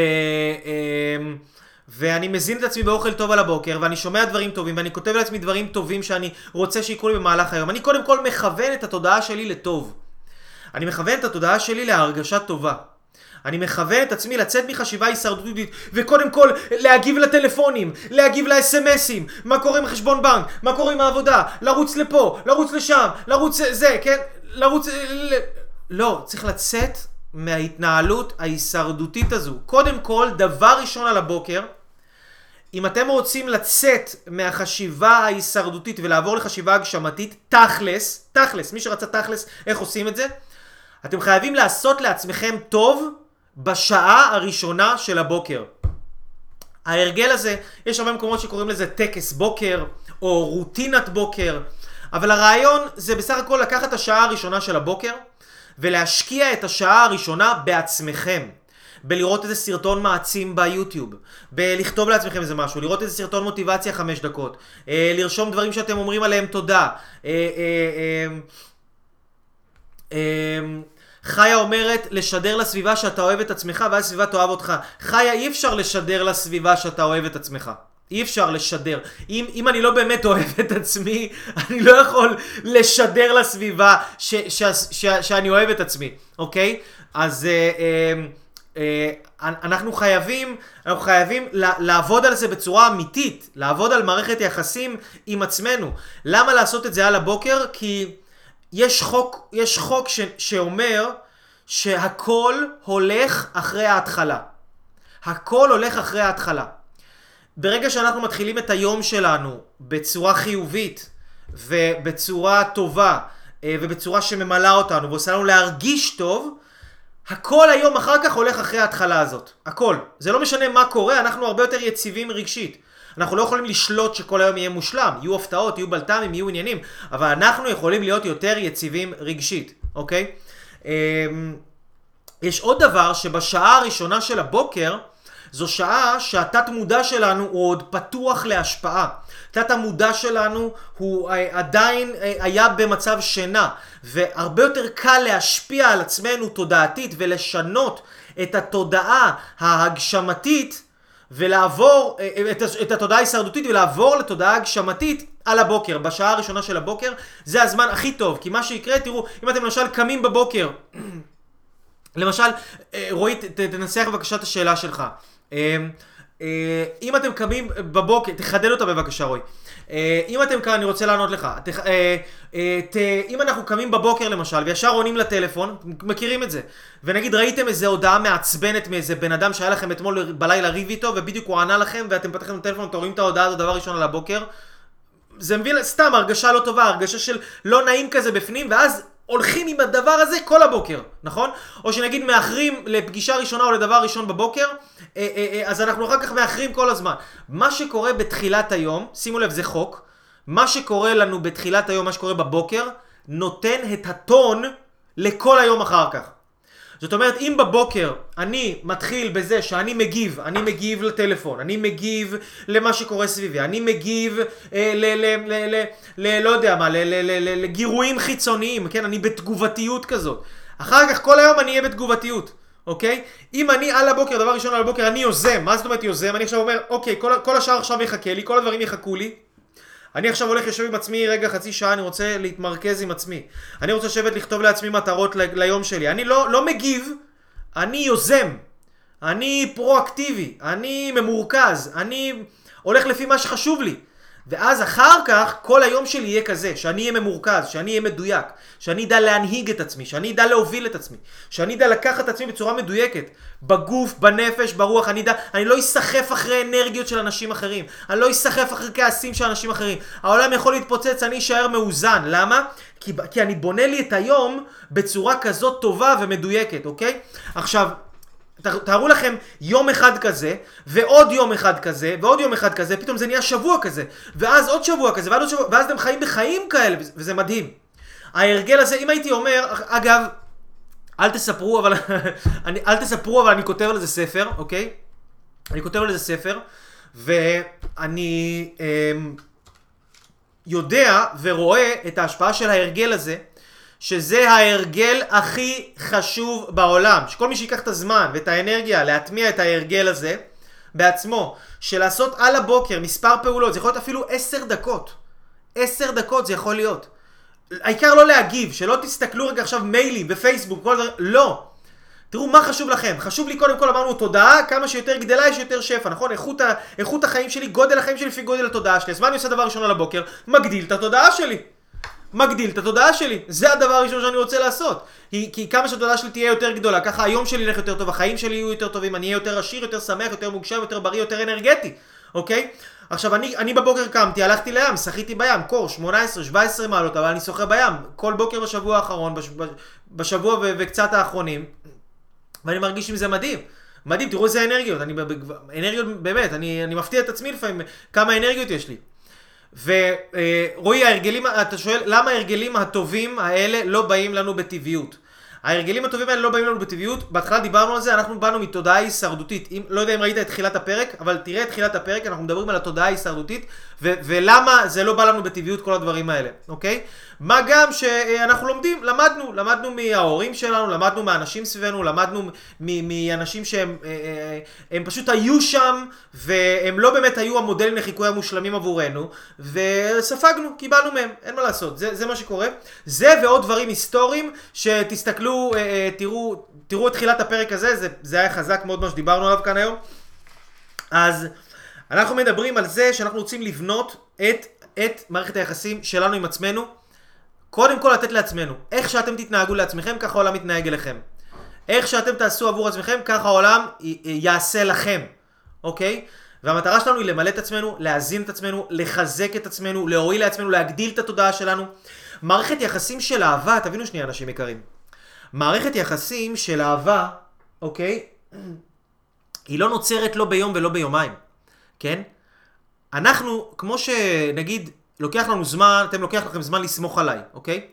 ואני מזין את עצמי באוכל טוב על הבוקר, ואני שומע דברים טובים, ואני כותב לעצמי דברים טובים שאני רוצה שיקרו לי במהלך היום. אני קודם כל מכוון את התודעה שלי לטוב. אני מכוון את התודעה שלי להרגשה טובה. אני מכוון את עצמי לצאת מחשיבה הישרדותית, וקודם כל להגיב לטלפונים, להגיב ל-אס-אם-אסים, מה קורה עם חשבון בנק, מה קורה עם העבודה, לרוץ לפה, לרוץ לשם, לרוץ זה, כן? לרוץ... לא, צריך לצאת מההתנהלות ההישרדותית הזו. קודם כל, דבר ראשון על הבוקר, אם אתם רוצים לצאת מהחשיבה ההישרדותית ולעבור לחשיבה הגשמתית, תכלס, תכלס, מי שרצה תכלס, איך עושים את זה? אתם חייבים לעשות לעצמכם טוב בשעה הראשונה של הבוקר. ההרגל הזה, יש הרבה מקומות שקוראים לזה טקס בוקר, או רוטינת בוקר, אבל הרעיון זה בסך הכל לקחת את השעה הראשונה של הבוקר, ולהשקיע את השעה הראשונה בעצמכם. בלראות איזה סרטון מעצים ביוטיוב, בלכתוב לעצמכם איזה משהו, לראות איזה סרטון מוטיבציה חמש דקות, אה, לרשום דברים שאתם אומרים עליהם תודה. אה, אה, אה, אה, חיה אומרת לשדר לסביבה שאתה אוהב את עצמך ואז הסביבה תאהב אותך. חיה, אי אפשר לשדר לסביבה שאתה אוהב את עצמך. אי אפשר לשדר. אם, אם אני לא באמת אוהב את עצמי, אני לא יכול לשדר לסביבה ש, ש, ש, ש, שאני אוהב את עצמי, אוקיי? אז אה, אה, אה, אנחנו חייבים, אנחנו חייבים לעבוד על זה בצורה אמיתית, לעבוד על מערכת יחסים עם עצמנו. למה לעשות את זה על הבוקר? כי יש חוק, יש חוק ש, שאומר שהכל הולך אחרי ההתחלה. הכל הולך אחרי ההתחלה. ברגע שאנחנו מתחילים את היום שלנו בצורה חיובית ובצורה טובה ובצורה שממלאה אותנו ועושה לנו להרגיש טוב, הכל היום אחר כך הולך אחרי ההתחלה הזאת. הכל. זה לא משנה מה קורה, אנחנו הרבה יותר יציבים רגשית. אנחנו לא יכולים לשלוט שכל היום יהיה מושלם. יהיו הפתעות, יהיו בלת"מים, יהיו עניינים. אבל אנחנו יכולים להיות יותר יציבים רגשית. אוקיי? יש עוד דבר שבשעה הראשונה של הבוקר, זו שעה שהתת מודע שלנו הוא עוד פתוח להשפעה. תת המודע שלנו הוא עדיין היה במצב שינה, והרבה יותר קל להשפיע על עצמנו תודעתית ולשנות את התודעה ההגשמתית ולעבור את, את התודעה ההישרדותית ולעבור לתודעה הגשמתית על הבוקר. בשעה הראשונה של הבוקר זה הזמן הכי טוב, כי מה שיקרה, תראו, אם אתם למשל קמים בבוקר, למשל, רועי, תנסח בבקשה את השאלה שלך. אם אתם קמים בבוקר, תחדד אותה בבקשה רועי. אם אתם כאן, אני רוצה לענות לך. אם אנחנו קמים בבוקר למשל, וישר עונים לטלפון, מכירים את זה, ונגיד ראיתם איזה הודעה מעצבנת מאיזה בן אדם שהיה לכם אתמול בלילה ריב איתו, ובדיוק הוא ענה לכם, ואתם פתחתם לטלפון, אתם רואים את ההודעה הזו דבר ראשון על הבוקר, זה מביא סתם הרגשה לא טובה, הרגשה של לא נעים כזה בפנים, ואז הולכים עם הדבר הזה כל הבוקר, נכון? או שנגיד מאחרים לפגישה ראשונה או לדבר ראשון בבוקר, אז אנחנו אחר כך מאחרים כל הזמן. מה שקורה בתחילת היום, שימו לב, זה חוק, מה שקורה לנו בתחילת היום, מה שקורה בבוקר, נותן את הטון לכל היום אחר כך. זאת אומרת, אם בבוקר אני מתחיל בזה שאני מגיב, אני מגיב לטלפון, אני מגיב למה שקורה סביבי, אני מגיב אה, ל, ל, ל, ל, ל, לא יודע מה, ל, ל, ל, ל, לגירויים חיצוניים, כן? אני בתגובתיות כזאת. אחר כך כל היום אני אהיה בתגובתיות, אוקיי? אם אני על הבוקר, דבר ראשון על הבוקר, אני יוזם, מה זאת אומרת יוזם? אני עכשיו אומר, אוקיי, כל, כל השאר עכשיו יחכה לי, כל הדברים יחכו לי. אני עכשיו הולך לשבת עם עצמי רגע חצי שעה, אני רוצה להתמרכז עם עצמי. אני רוצה לשבת לכתוב לעצמי מטרות ל- ליום שלי. אני לא, לא מגיב, אני יוזם. אני פרואקטיבי, אני ממורכז, אני הולך לפי מה שחשוב לי. ואז אחר כך כל היום שלי יהיה כזה, שאני אהיה ממורכז, שאני אהיה מדויק, שאני אדע להנהיג את עצמי, שאני אדע להוביל את עצמי, שאני אדע לקחת את עצמי בצורה מדויקת, בגוף, בנפש, ברוח, אני אדע, אני לא אסחף אחרי אנרגיות של אנשים אחרים, אני לא אסחף אחרי כעסים של אנשים אחרים, העולם יכול להתפוצץ, אני אשאר מאוזן, למה? כי, כי אני בונה לי את היום בצורה כזאת טובה ומדויקת, אוקיי? עכשיו, תארו לכם יום אחד כזה, ועוד יום אחד כזה, ועוד יום אחד כזה, פתאום זה נהיה שבוע כזה, ואז עוד שבוע כזה, ואז, עוד שבוע, ואז אתם חיים בחיים כאלה, וזה מדהים. ההרגל הזה, אם הייתי אומר, אגב, אל תספרו, אבל אני, אל תספרו, אבל אני כותב על זה ספר, אוקיי? אני כותב על זה ספר, ואני אמ, יודע ורואה את ההשפעה של ההרגל הזה, שזה ההרגל הכי חשוב בעולם. שכל מי שיקח את הזמן ואת האנרגיה להטמיע את ההרגל הזה בעצמו, של לעשות על הבוקר מספר פעולות, זה יכול להיות אפילו עשר דקות. עשר דקות זה יכול להיות. העיקר לא להגיב, שלא תסתכלו רגע עכשיו מיילים בפייסבוק, כל דבר, לא. תראו מה חשוב לכם. חשוב לי קודם כל, אמרנו תודעה, כמה שיותר גדלה יש יותר שפע, נכון? איכות, ה, איכות החיים שלי, גודל החיים שלי לפי גודל התודעה שלי. אז מה אני עושה דבר ראשון על הבוקר? מגדיל את התודעה שלי. מגדיל את התודעה שלי. זה הדבר הראשון שאני רוצה לעשות. כי, כי כמה שהתודעה שלי תהיה יותר גדולה, ככה היום שלי ילך יותר טוב, החיים שלי יהיו יותר טובים, אני אהיה יותר עשיר, יותר שמח, יותר מוגשם, יותר בריא, יותר אנרגטי. אוקיי? עכשיו, אני, אני בבוקר קמתי, הלכתי לים, שחיתי בים, קור, שמונה עשרה שבע עשרה מעלות, אבל אני שוחה בים, כל בוקר בשבוע האחרון, בש, בשבוע ו, וקצת האחרונים, ואני מרגיש עם זה מדהים. מדהים, תראו איזה אנרגיות, אני, אנרגיות באמת, אני, אני מפתיע את עצמי לפעמים כמה אנרגיות יש לי. ורועי, ההרגלים, אתה שואל, למה ההרגלים הטובים האלה לא באים לנו בטבעיות? ההרגלים הטובים האלה לא באים לנו בטבעיות, בהתחלה דיברנו על זה, אנחנו באנו מתודעה הישרדותית, אם, לא יודע אם ראית את תחילת הפרק, אבל תראה את תחילת הפרק, אנחנו מדברים על התודעה ההישרדותית, ו- ולמה זה לא בא לנו בטבעיות כל הדברים האלה, אוקיי? מה גם שאנחנו לומדים, למדנו, למדנו מההורים שלנו, למדנו מהאנשים סביבנו, למדנו מאנשים שהם הם פשוט היו שם, והם לא באמת היו המודלים לחיקוי המושלמים עבורנו, וספגנו, קיבלנו מהם, אין מה לעשות, זה, זה מה שקורה. זה ועוד דברים היסטוריים, שתסתכלו, תראו, תראו את תחילת הפרק הזה, זה, זה היה חזק מאוד מה שדיברנו עליו כאן היום. אז אנחנו מדברים על זה שאנחנו רוצים לבנות את, את מערכת היחסים שלנו עם עצמנו, קודם כל לתת לעצמנו. איך שאתם תתנהגו לעצמכם, ככה העולם יתנהג אליכם. איך שאתם תעשו עבור עצמכם, ככה העולם י- יעשה לכם. אוקיי? והמטרה שלנו היא למלא את עצמנו, להזין את עצמנו, לחזק את עצמנו, להועיל לעצמנו, להגדיל את התודעה שלנו. מערכת יחסים של אהבה, תבינו שנייה אנשים יקרים. מערכת יחסים של אהבה, אוקיי? היא לא נוצרת לא ביום ולא ביומיים. כן? אנחנו, כמו שנגיד, לוקח לנו זמן, אתם לוקח לכם זמן לסמוך עליי, אוקיי?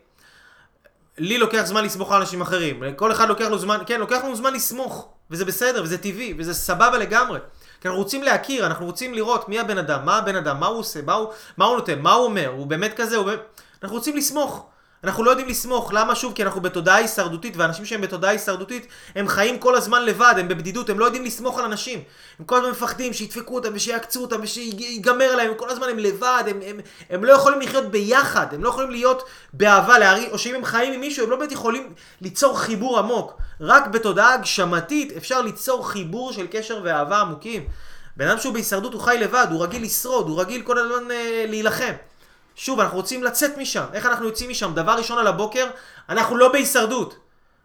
לי לוקח זמן לסמוך על אנשים אחרים. כל אחד לוקח לו זמן, כן, לוקח לנו זמן לסמוך. וזה בסדר, וזה טבעי, וזה סבבה לגמרי. כי אנחנו רוצים להכיר, אנחנו רוצים לראות מי הבן אדם, מה הבן אדם, מה הוא עושה, מה הוא, מה הוא נותן, מה הוא אומר, הוא באמת כזה, הוא באמת... אנחנו רוצים לסמוך. אנחנו לא יודעים לסמוך. למה? שוב, כי אנחנו בתודעה הישרדותית, ואנשים שהם בתודעה הישרדותית, הם חיים כל הזמן לבד, הם בבדידות, הם לא יודעים לסמוך על אנשים. הם כל הזמן מפחדים שידפקו אותם ושיעקצו אותם ושיגמר להם, כל הזמן הם לבד, הם, הם, הם לא יכולים לחיות ביחד, הם לא יכולים להיות באהבה, להרי, או שאם הם חיים עם מישהו, הם לא באמת יכולים ליצור חיבור עמוק. רק בתודעה הגשמתית אפשר ליצור חיבור של קשר ואהבה עמוקים. בן אדם שהוא בהישרדות הוא חי לבד, הוא רגיל לשרוד, הוא רגיל כל הזמן אה, להילחם. שוב, אנחנו רוצים לצאת משם. איך אנחנו יוצאים משם? דבר ראשון על הבוקר, אנחנו לא בהישרדות.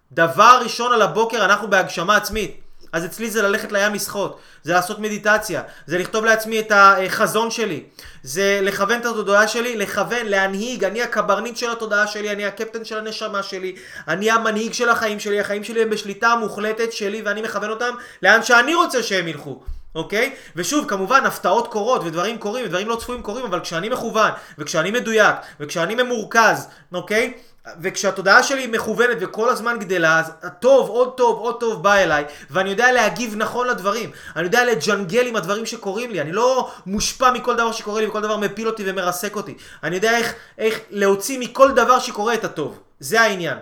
דבר ראשון על הבוקר, אנחנו בהגשמה עצמית. אז אצלי זה ללכת לים לשחות, זה לעשות מדיטציה, זה לכתוב לעצמי את החזון שלי, זה לכוון את התודעה שלי, לכוון, להנהיג, אני הקברניט של התודעה שלי, אני הקפטן של הנשמה שלי, אני המנהיג של החיים שלי, החיים שלי הם בשליטה מוחלטת שלי, ואני מכוון אותם לאן שאני רוצה שהם ילכו. אוקיי? ושוב, כמובן, הפתעות קורות ודברים קורים ודברים לא צפויים קורים, אבל כשאני מכוון וכשאני מדויק וכשאני ממורכז, אוקיי? וכשהתודעה שלי מכוונת וכל הזמן גדלה, אז טוב, עוד טוב, עוד טוב בא אליי, ואני יודע להגיב נכון לדברים. אני יודע לג'נגל עם הדברים שקורים לי. אני לא מושפע מכל דבר שקורה לי וכל דבר מפיל אותי ומרסק אותי. אני יודע איך, איך להוציא מכל דבר שקורה את הטוב. זה העניין.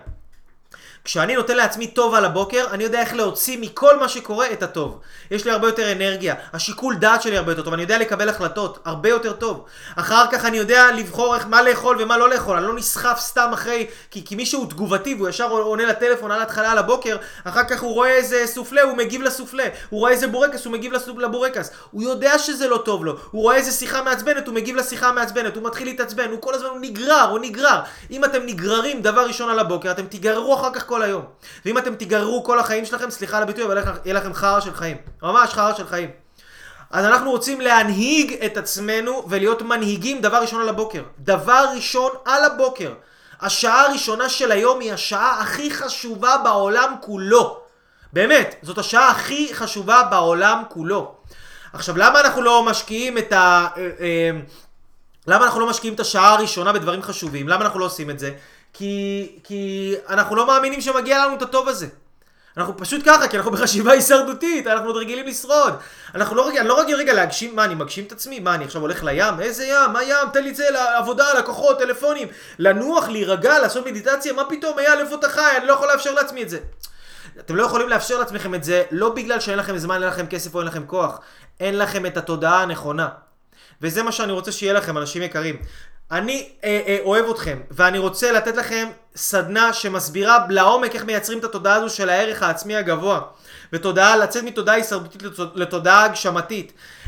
כשאני נותן לעצמי טוב על הבוקר, אני יודע איך להוציא מכל מה שקורה את הטוב. יש לי הרבה יותר אנרגיה, השיקול דעת שלי הרבה יותר טוב, אני יודע לקבל החלטות הרבה יותר טוב. אחר כך אני יודע לבחור איך, מה לאכול ומה לא לאכול, אני לא נסחף סתם אחרי, כי, כי מישהו תגובתי והוא ישר עונה לטלפון על ההתחלה על הבוקר, אחר כך הוא רואה איזה סופלה, הוא מגיב לסופלה, הוא רואה איזה בורקס, הוא מגיב לבורקס, הוא יודע שזה לא טוב לו, הוא רואה איזה שיחה מעצבנת, הוא מגיב לשיחה מעצבנת, הוא מתחיל להתעצבן, הוא כל הזמן הוא נגרר, הוא נגרר. אם אתם נגררים דבר ראשון על הבוקר, אתם תיגררו אחר כך כל היום. ואם אתם תיגררו כל החיים שלכם, סליחה על הביטוי, אבל יהיה לכם חרא של חיים. ממש חרא של חיים. אז אנחנו רוצים להנהיג את עצמנו ולהיות מנהיגים דבר ראשון על הבוקר. דבר ראשון על הבוקר. השעה הראשונה של היום היא השעה הכי חשובה בעולם כולו. באמת, זאת השעה הכי חשובה בעולם כולו. עכשיו, למה אנחנו לא משקיעים את ה... למה אנחנו לא משקיעים את השעה הראשונה בדברים חשובים? למה אנחנו לא עושים את זה? כי, כי אנחנו לא מאמינים שמגיע לנו את הטוב הזה. אנחנו פשוט ככה, כי אנחנו בחשיבה הישרדותית, אנחנו עוד רגילים לשרוד. אנחנו לא רגיל, אני לא רגיל רגע להגשים, מה, אני מגשים את עצמי? מה, אני עכשיו הולך לים? איזה ים? מה ים? תן לי את זה לעבודה, לקוחות, טלפונים. לנוח, להירגע, לעשות מדיטציה, מה פתאום? היה איפה אתה חי? אני לא יכול לאפשר לעצמי את זה. אתם לא יכולים לאפשר לעצמכם את זה, לא בגלל שאין לכם זמן, אין לכם כסף או אין לכם כוח. אין לכם את התודעה הנכונה. וזה מה שאני רוצה שיהיה לכם, אנשים יקרים. אני אה, אה, אוהב אתכם, ואני רוצה לתת לכם סדנה שמסבירה לעומק איך מייצרים את התודעה הזו של הערך העצמי הגבוה, ותודעה, לצאת מתודעה הישרדותית לתודעה הגשמתית,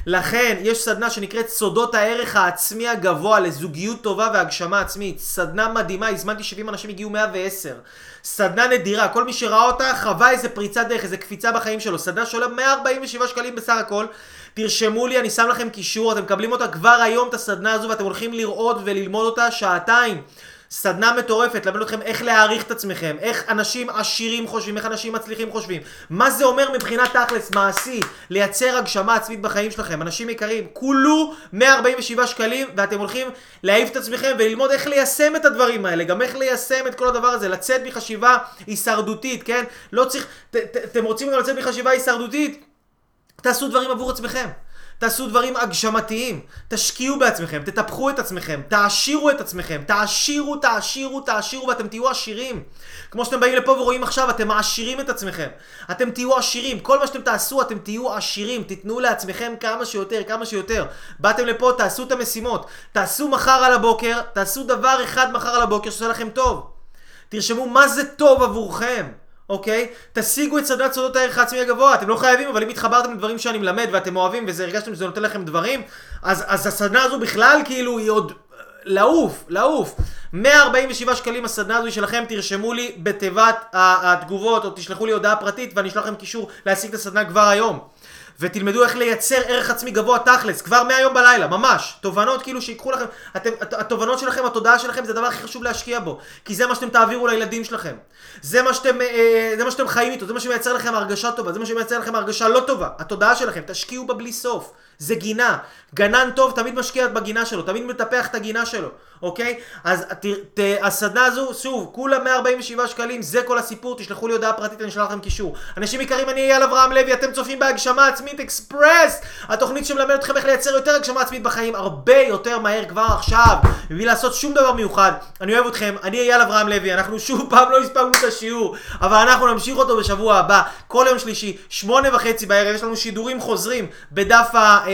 לכן יש סדנה שנקראת סודות הערך העצמי הגבוה לזוגיות טובה והגשמה עצמית. סדנה מדהימה, הזמנתי שבעים אנשים, הגיעו מאה ועשר. סדנה נדירה, כל מי שראה אותה חווה איזה פריצת דרך, איזה קפיצה בחיים שלו. סדנה שעולה מאה ארבעים ושבעה שקלים בסך הכל. תרשמו לי, אני שם לכם קישור, אתם מקבלים אותה כבר היום, את הסדנה הזו, ואתם הולכים לראות וללמוד אותה שעתיים. סדנה מטורפת, למד אתכם איך להעריך את עצמכם, איך אנשים עשירים חושבים, איך אנשים מצליחים חושבים, מה זה אומר מבחינת תכלס, מעשי, לייצר הגשמה עצמית בחיים שלכם. אנשים יקרים, כולו מאה ארבעים ושבעה שקלים, ואתם הולכים להעיף את עצמכם וללמוד איך ליישם את הדברים האלה, גם איך ליישם את כל הדבר הזה, לצאת מחשיבה הישרדותית, כן? לא צריך, ת, ת, אתם רוצים גם לצאת מחשיבה הישרדותית? תעשו דברים עבור עצמכם. תעשו דברים הגשמתיים, תשקיעו בעצמכם, תטפחו את עצמכם, תעשירו את עצמכם, תעשירו, תעשירו, תעשירו, ואתם תהיו עשירים. כמו שאתם באים לפה ורואים עכשיו, אתם מעשירים את עצמכם. אתם תהיו עשירים, כל מה שאתם תעשו, אתם תהיו עשירים, תתנו לעצמכם כמה שיותר, כמה שיותר. באתם לפה, תעשו את המשימות, תעשו מחר על הבוקר, תעשו דבר אחד מחר על הבוקר שעושה לכם טוב. תרשמו מה זה טוב עבורכם. אוקיי? תשיגו את סדנת סודות הערך העצמי הגבוה. אתם לא חייבים, אבל אם התחברתם לדברים שאני מלמד ואתם אוהבים וזה הרגשתם שזה נותן לכם דברים, אז, אז הסדנה הזו בכלל כאילו היא עוד לעוף, לעוף. מאה ארבעים ושבעה שקלים הסדנה הזו היא שלכם, תרשמו לי בתיבת התגובות או תשלחו לי הודעה פרטית ואני אשלח לכם קישור להשיג את הסדנה כבר היום. ותלמדו איך לייצר ערך עצמי גבוה תכלס, כבר מהיום בלילה, ממש. תובנות כאילו שיקחו לכם, אתם, התובנות שלכם, התודעה שלכם, זה הדבר הכי חשוב להשקיע בו. כי זה מה שאתם תעבירו לילדים שלכם. זה מה שאתם, אה, זה מה שאתם חיים איתו, זה מה שמייצר לכם הרגשה טובה, זה מה שמייצר לכם הרגשה לא טובה. התודעה שלכם, תשקיעו בה בלי סוף. זה גינה. גנן טוב תמיד משקיע בגינה שלו, תמיד מטפח את הגינה שלו, אוקיי? אז ת, ת, הסדנה הזו, שוב, כולה מאה ארבעים ושבעה שקלים, זה כל הסיפור, תשלחו לי הודעה פרטית, אני אשלח לכם קישור. אנשים יקרים, אני אייל אברהם לוי, אתם צופים בהגשמה עצמית אקספרס, התוכנית שמלמד אתכם איך לייצר יותר הגשמה עצמית בחיים, הרבה יותר מהר כבר עכשיו, מבלי לעשות שום דבר מיוחד. אני אוהב אתכם, אני אייל אברהם לוי, אנחנו שוב פעם לא הספקנו את השיעור, אבל אנחנו נמשיך אותו בשבוע הבא, כל יום שלישי, שמונה וחצי בערב, יש לנו שידורים חוזרים בדף ה...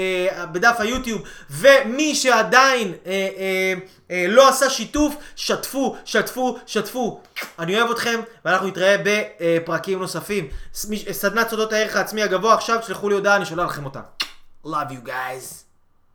בדף היוטיוב, ומי שעדיין אה, אה, אה, לא עשה שיתוף, שתפו, שתפו, שתפו. אני אוהב אתכם, ואנחנו נתראה בפרקים נוספים. סדנת סודות הערך העצמי הגבוה, עכשיו תשלחו לי הודעה, אני שולח לכם אותה. Love you guys.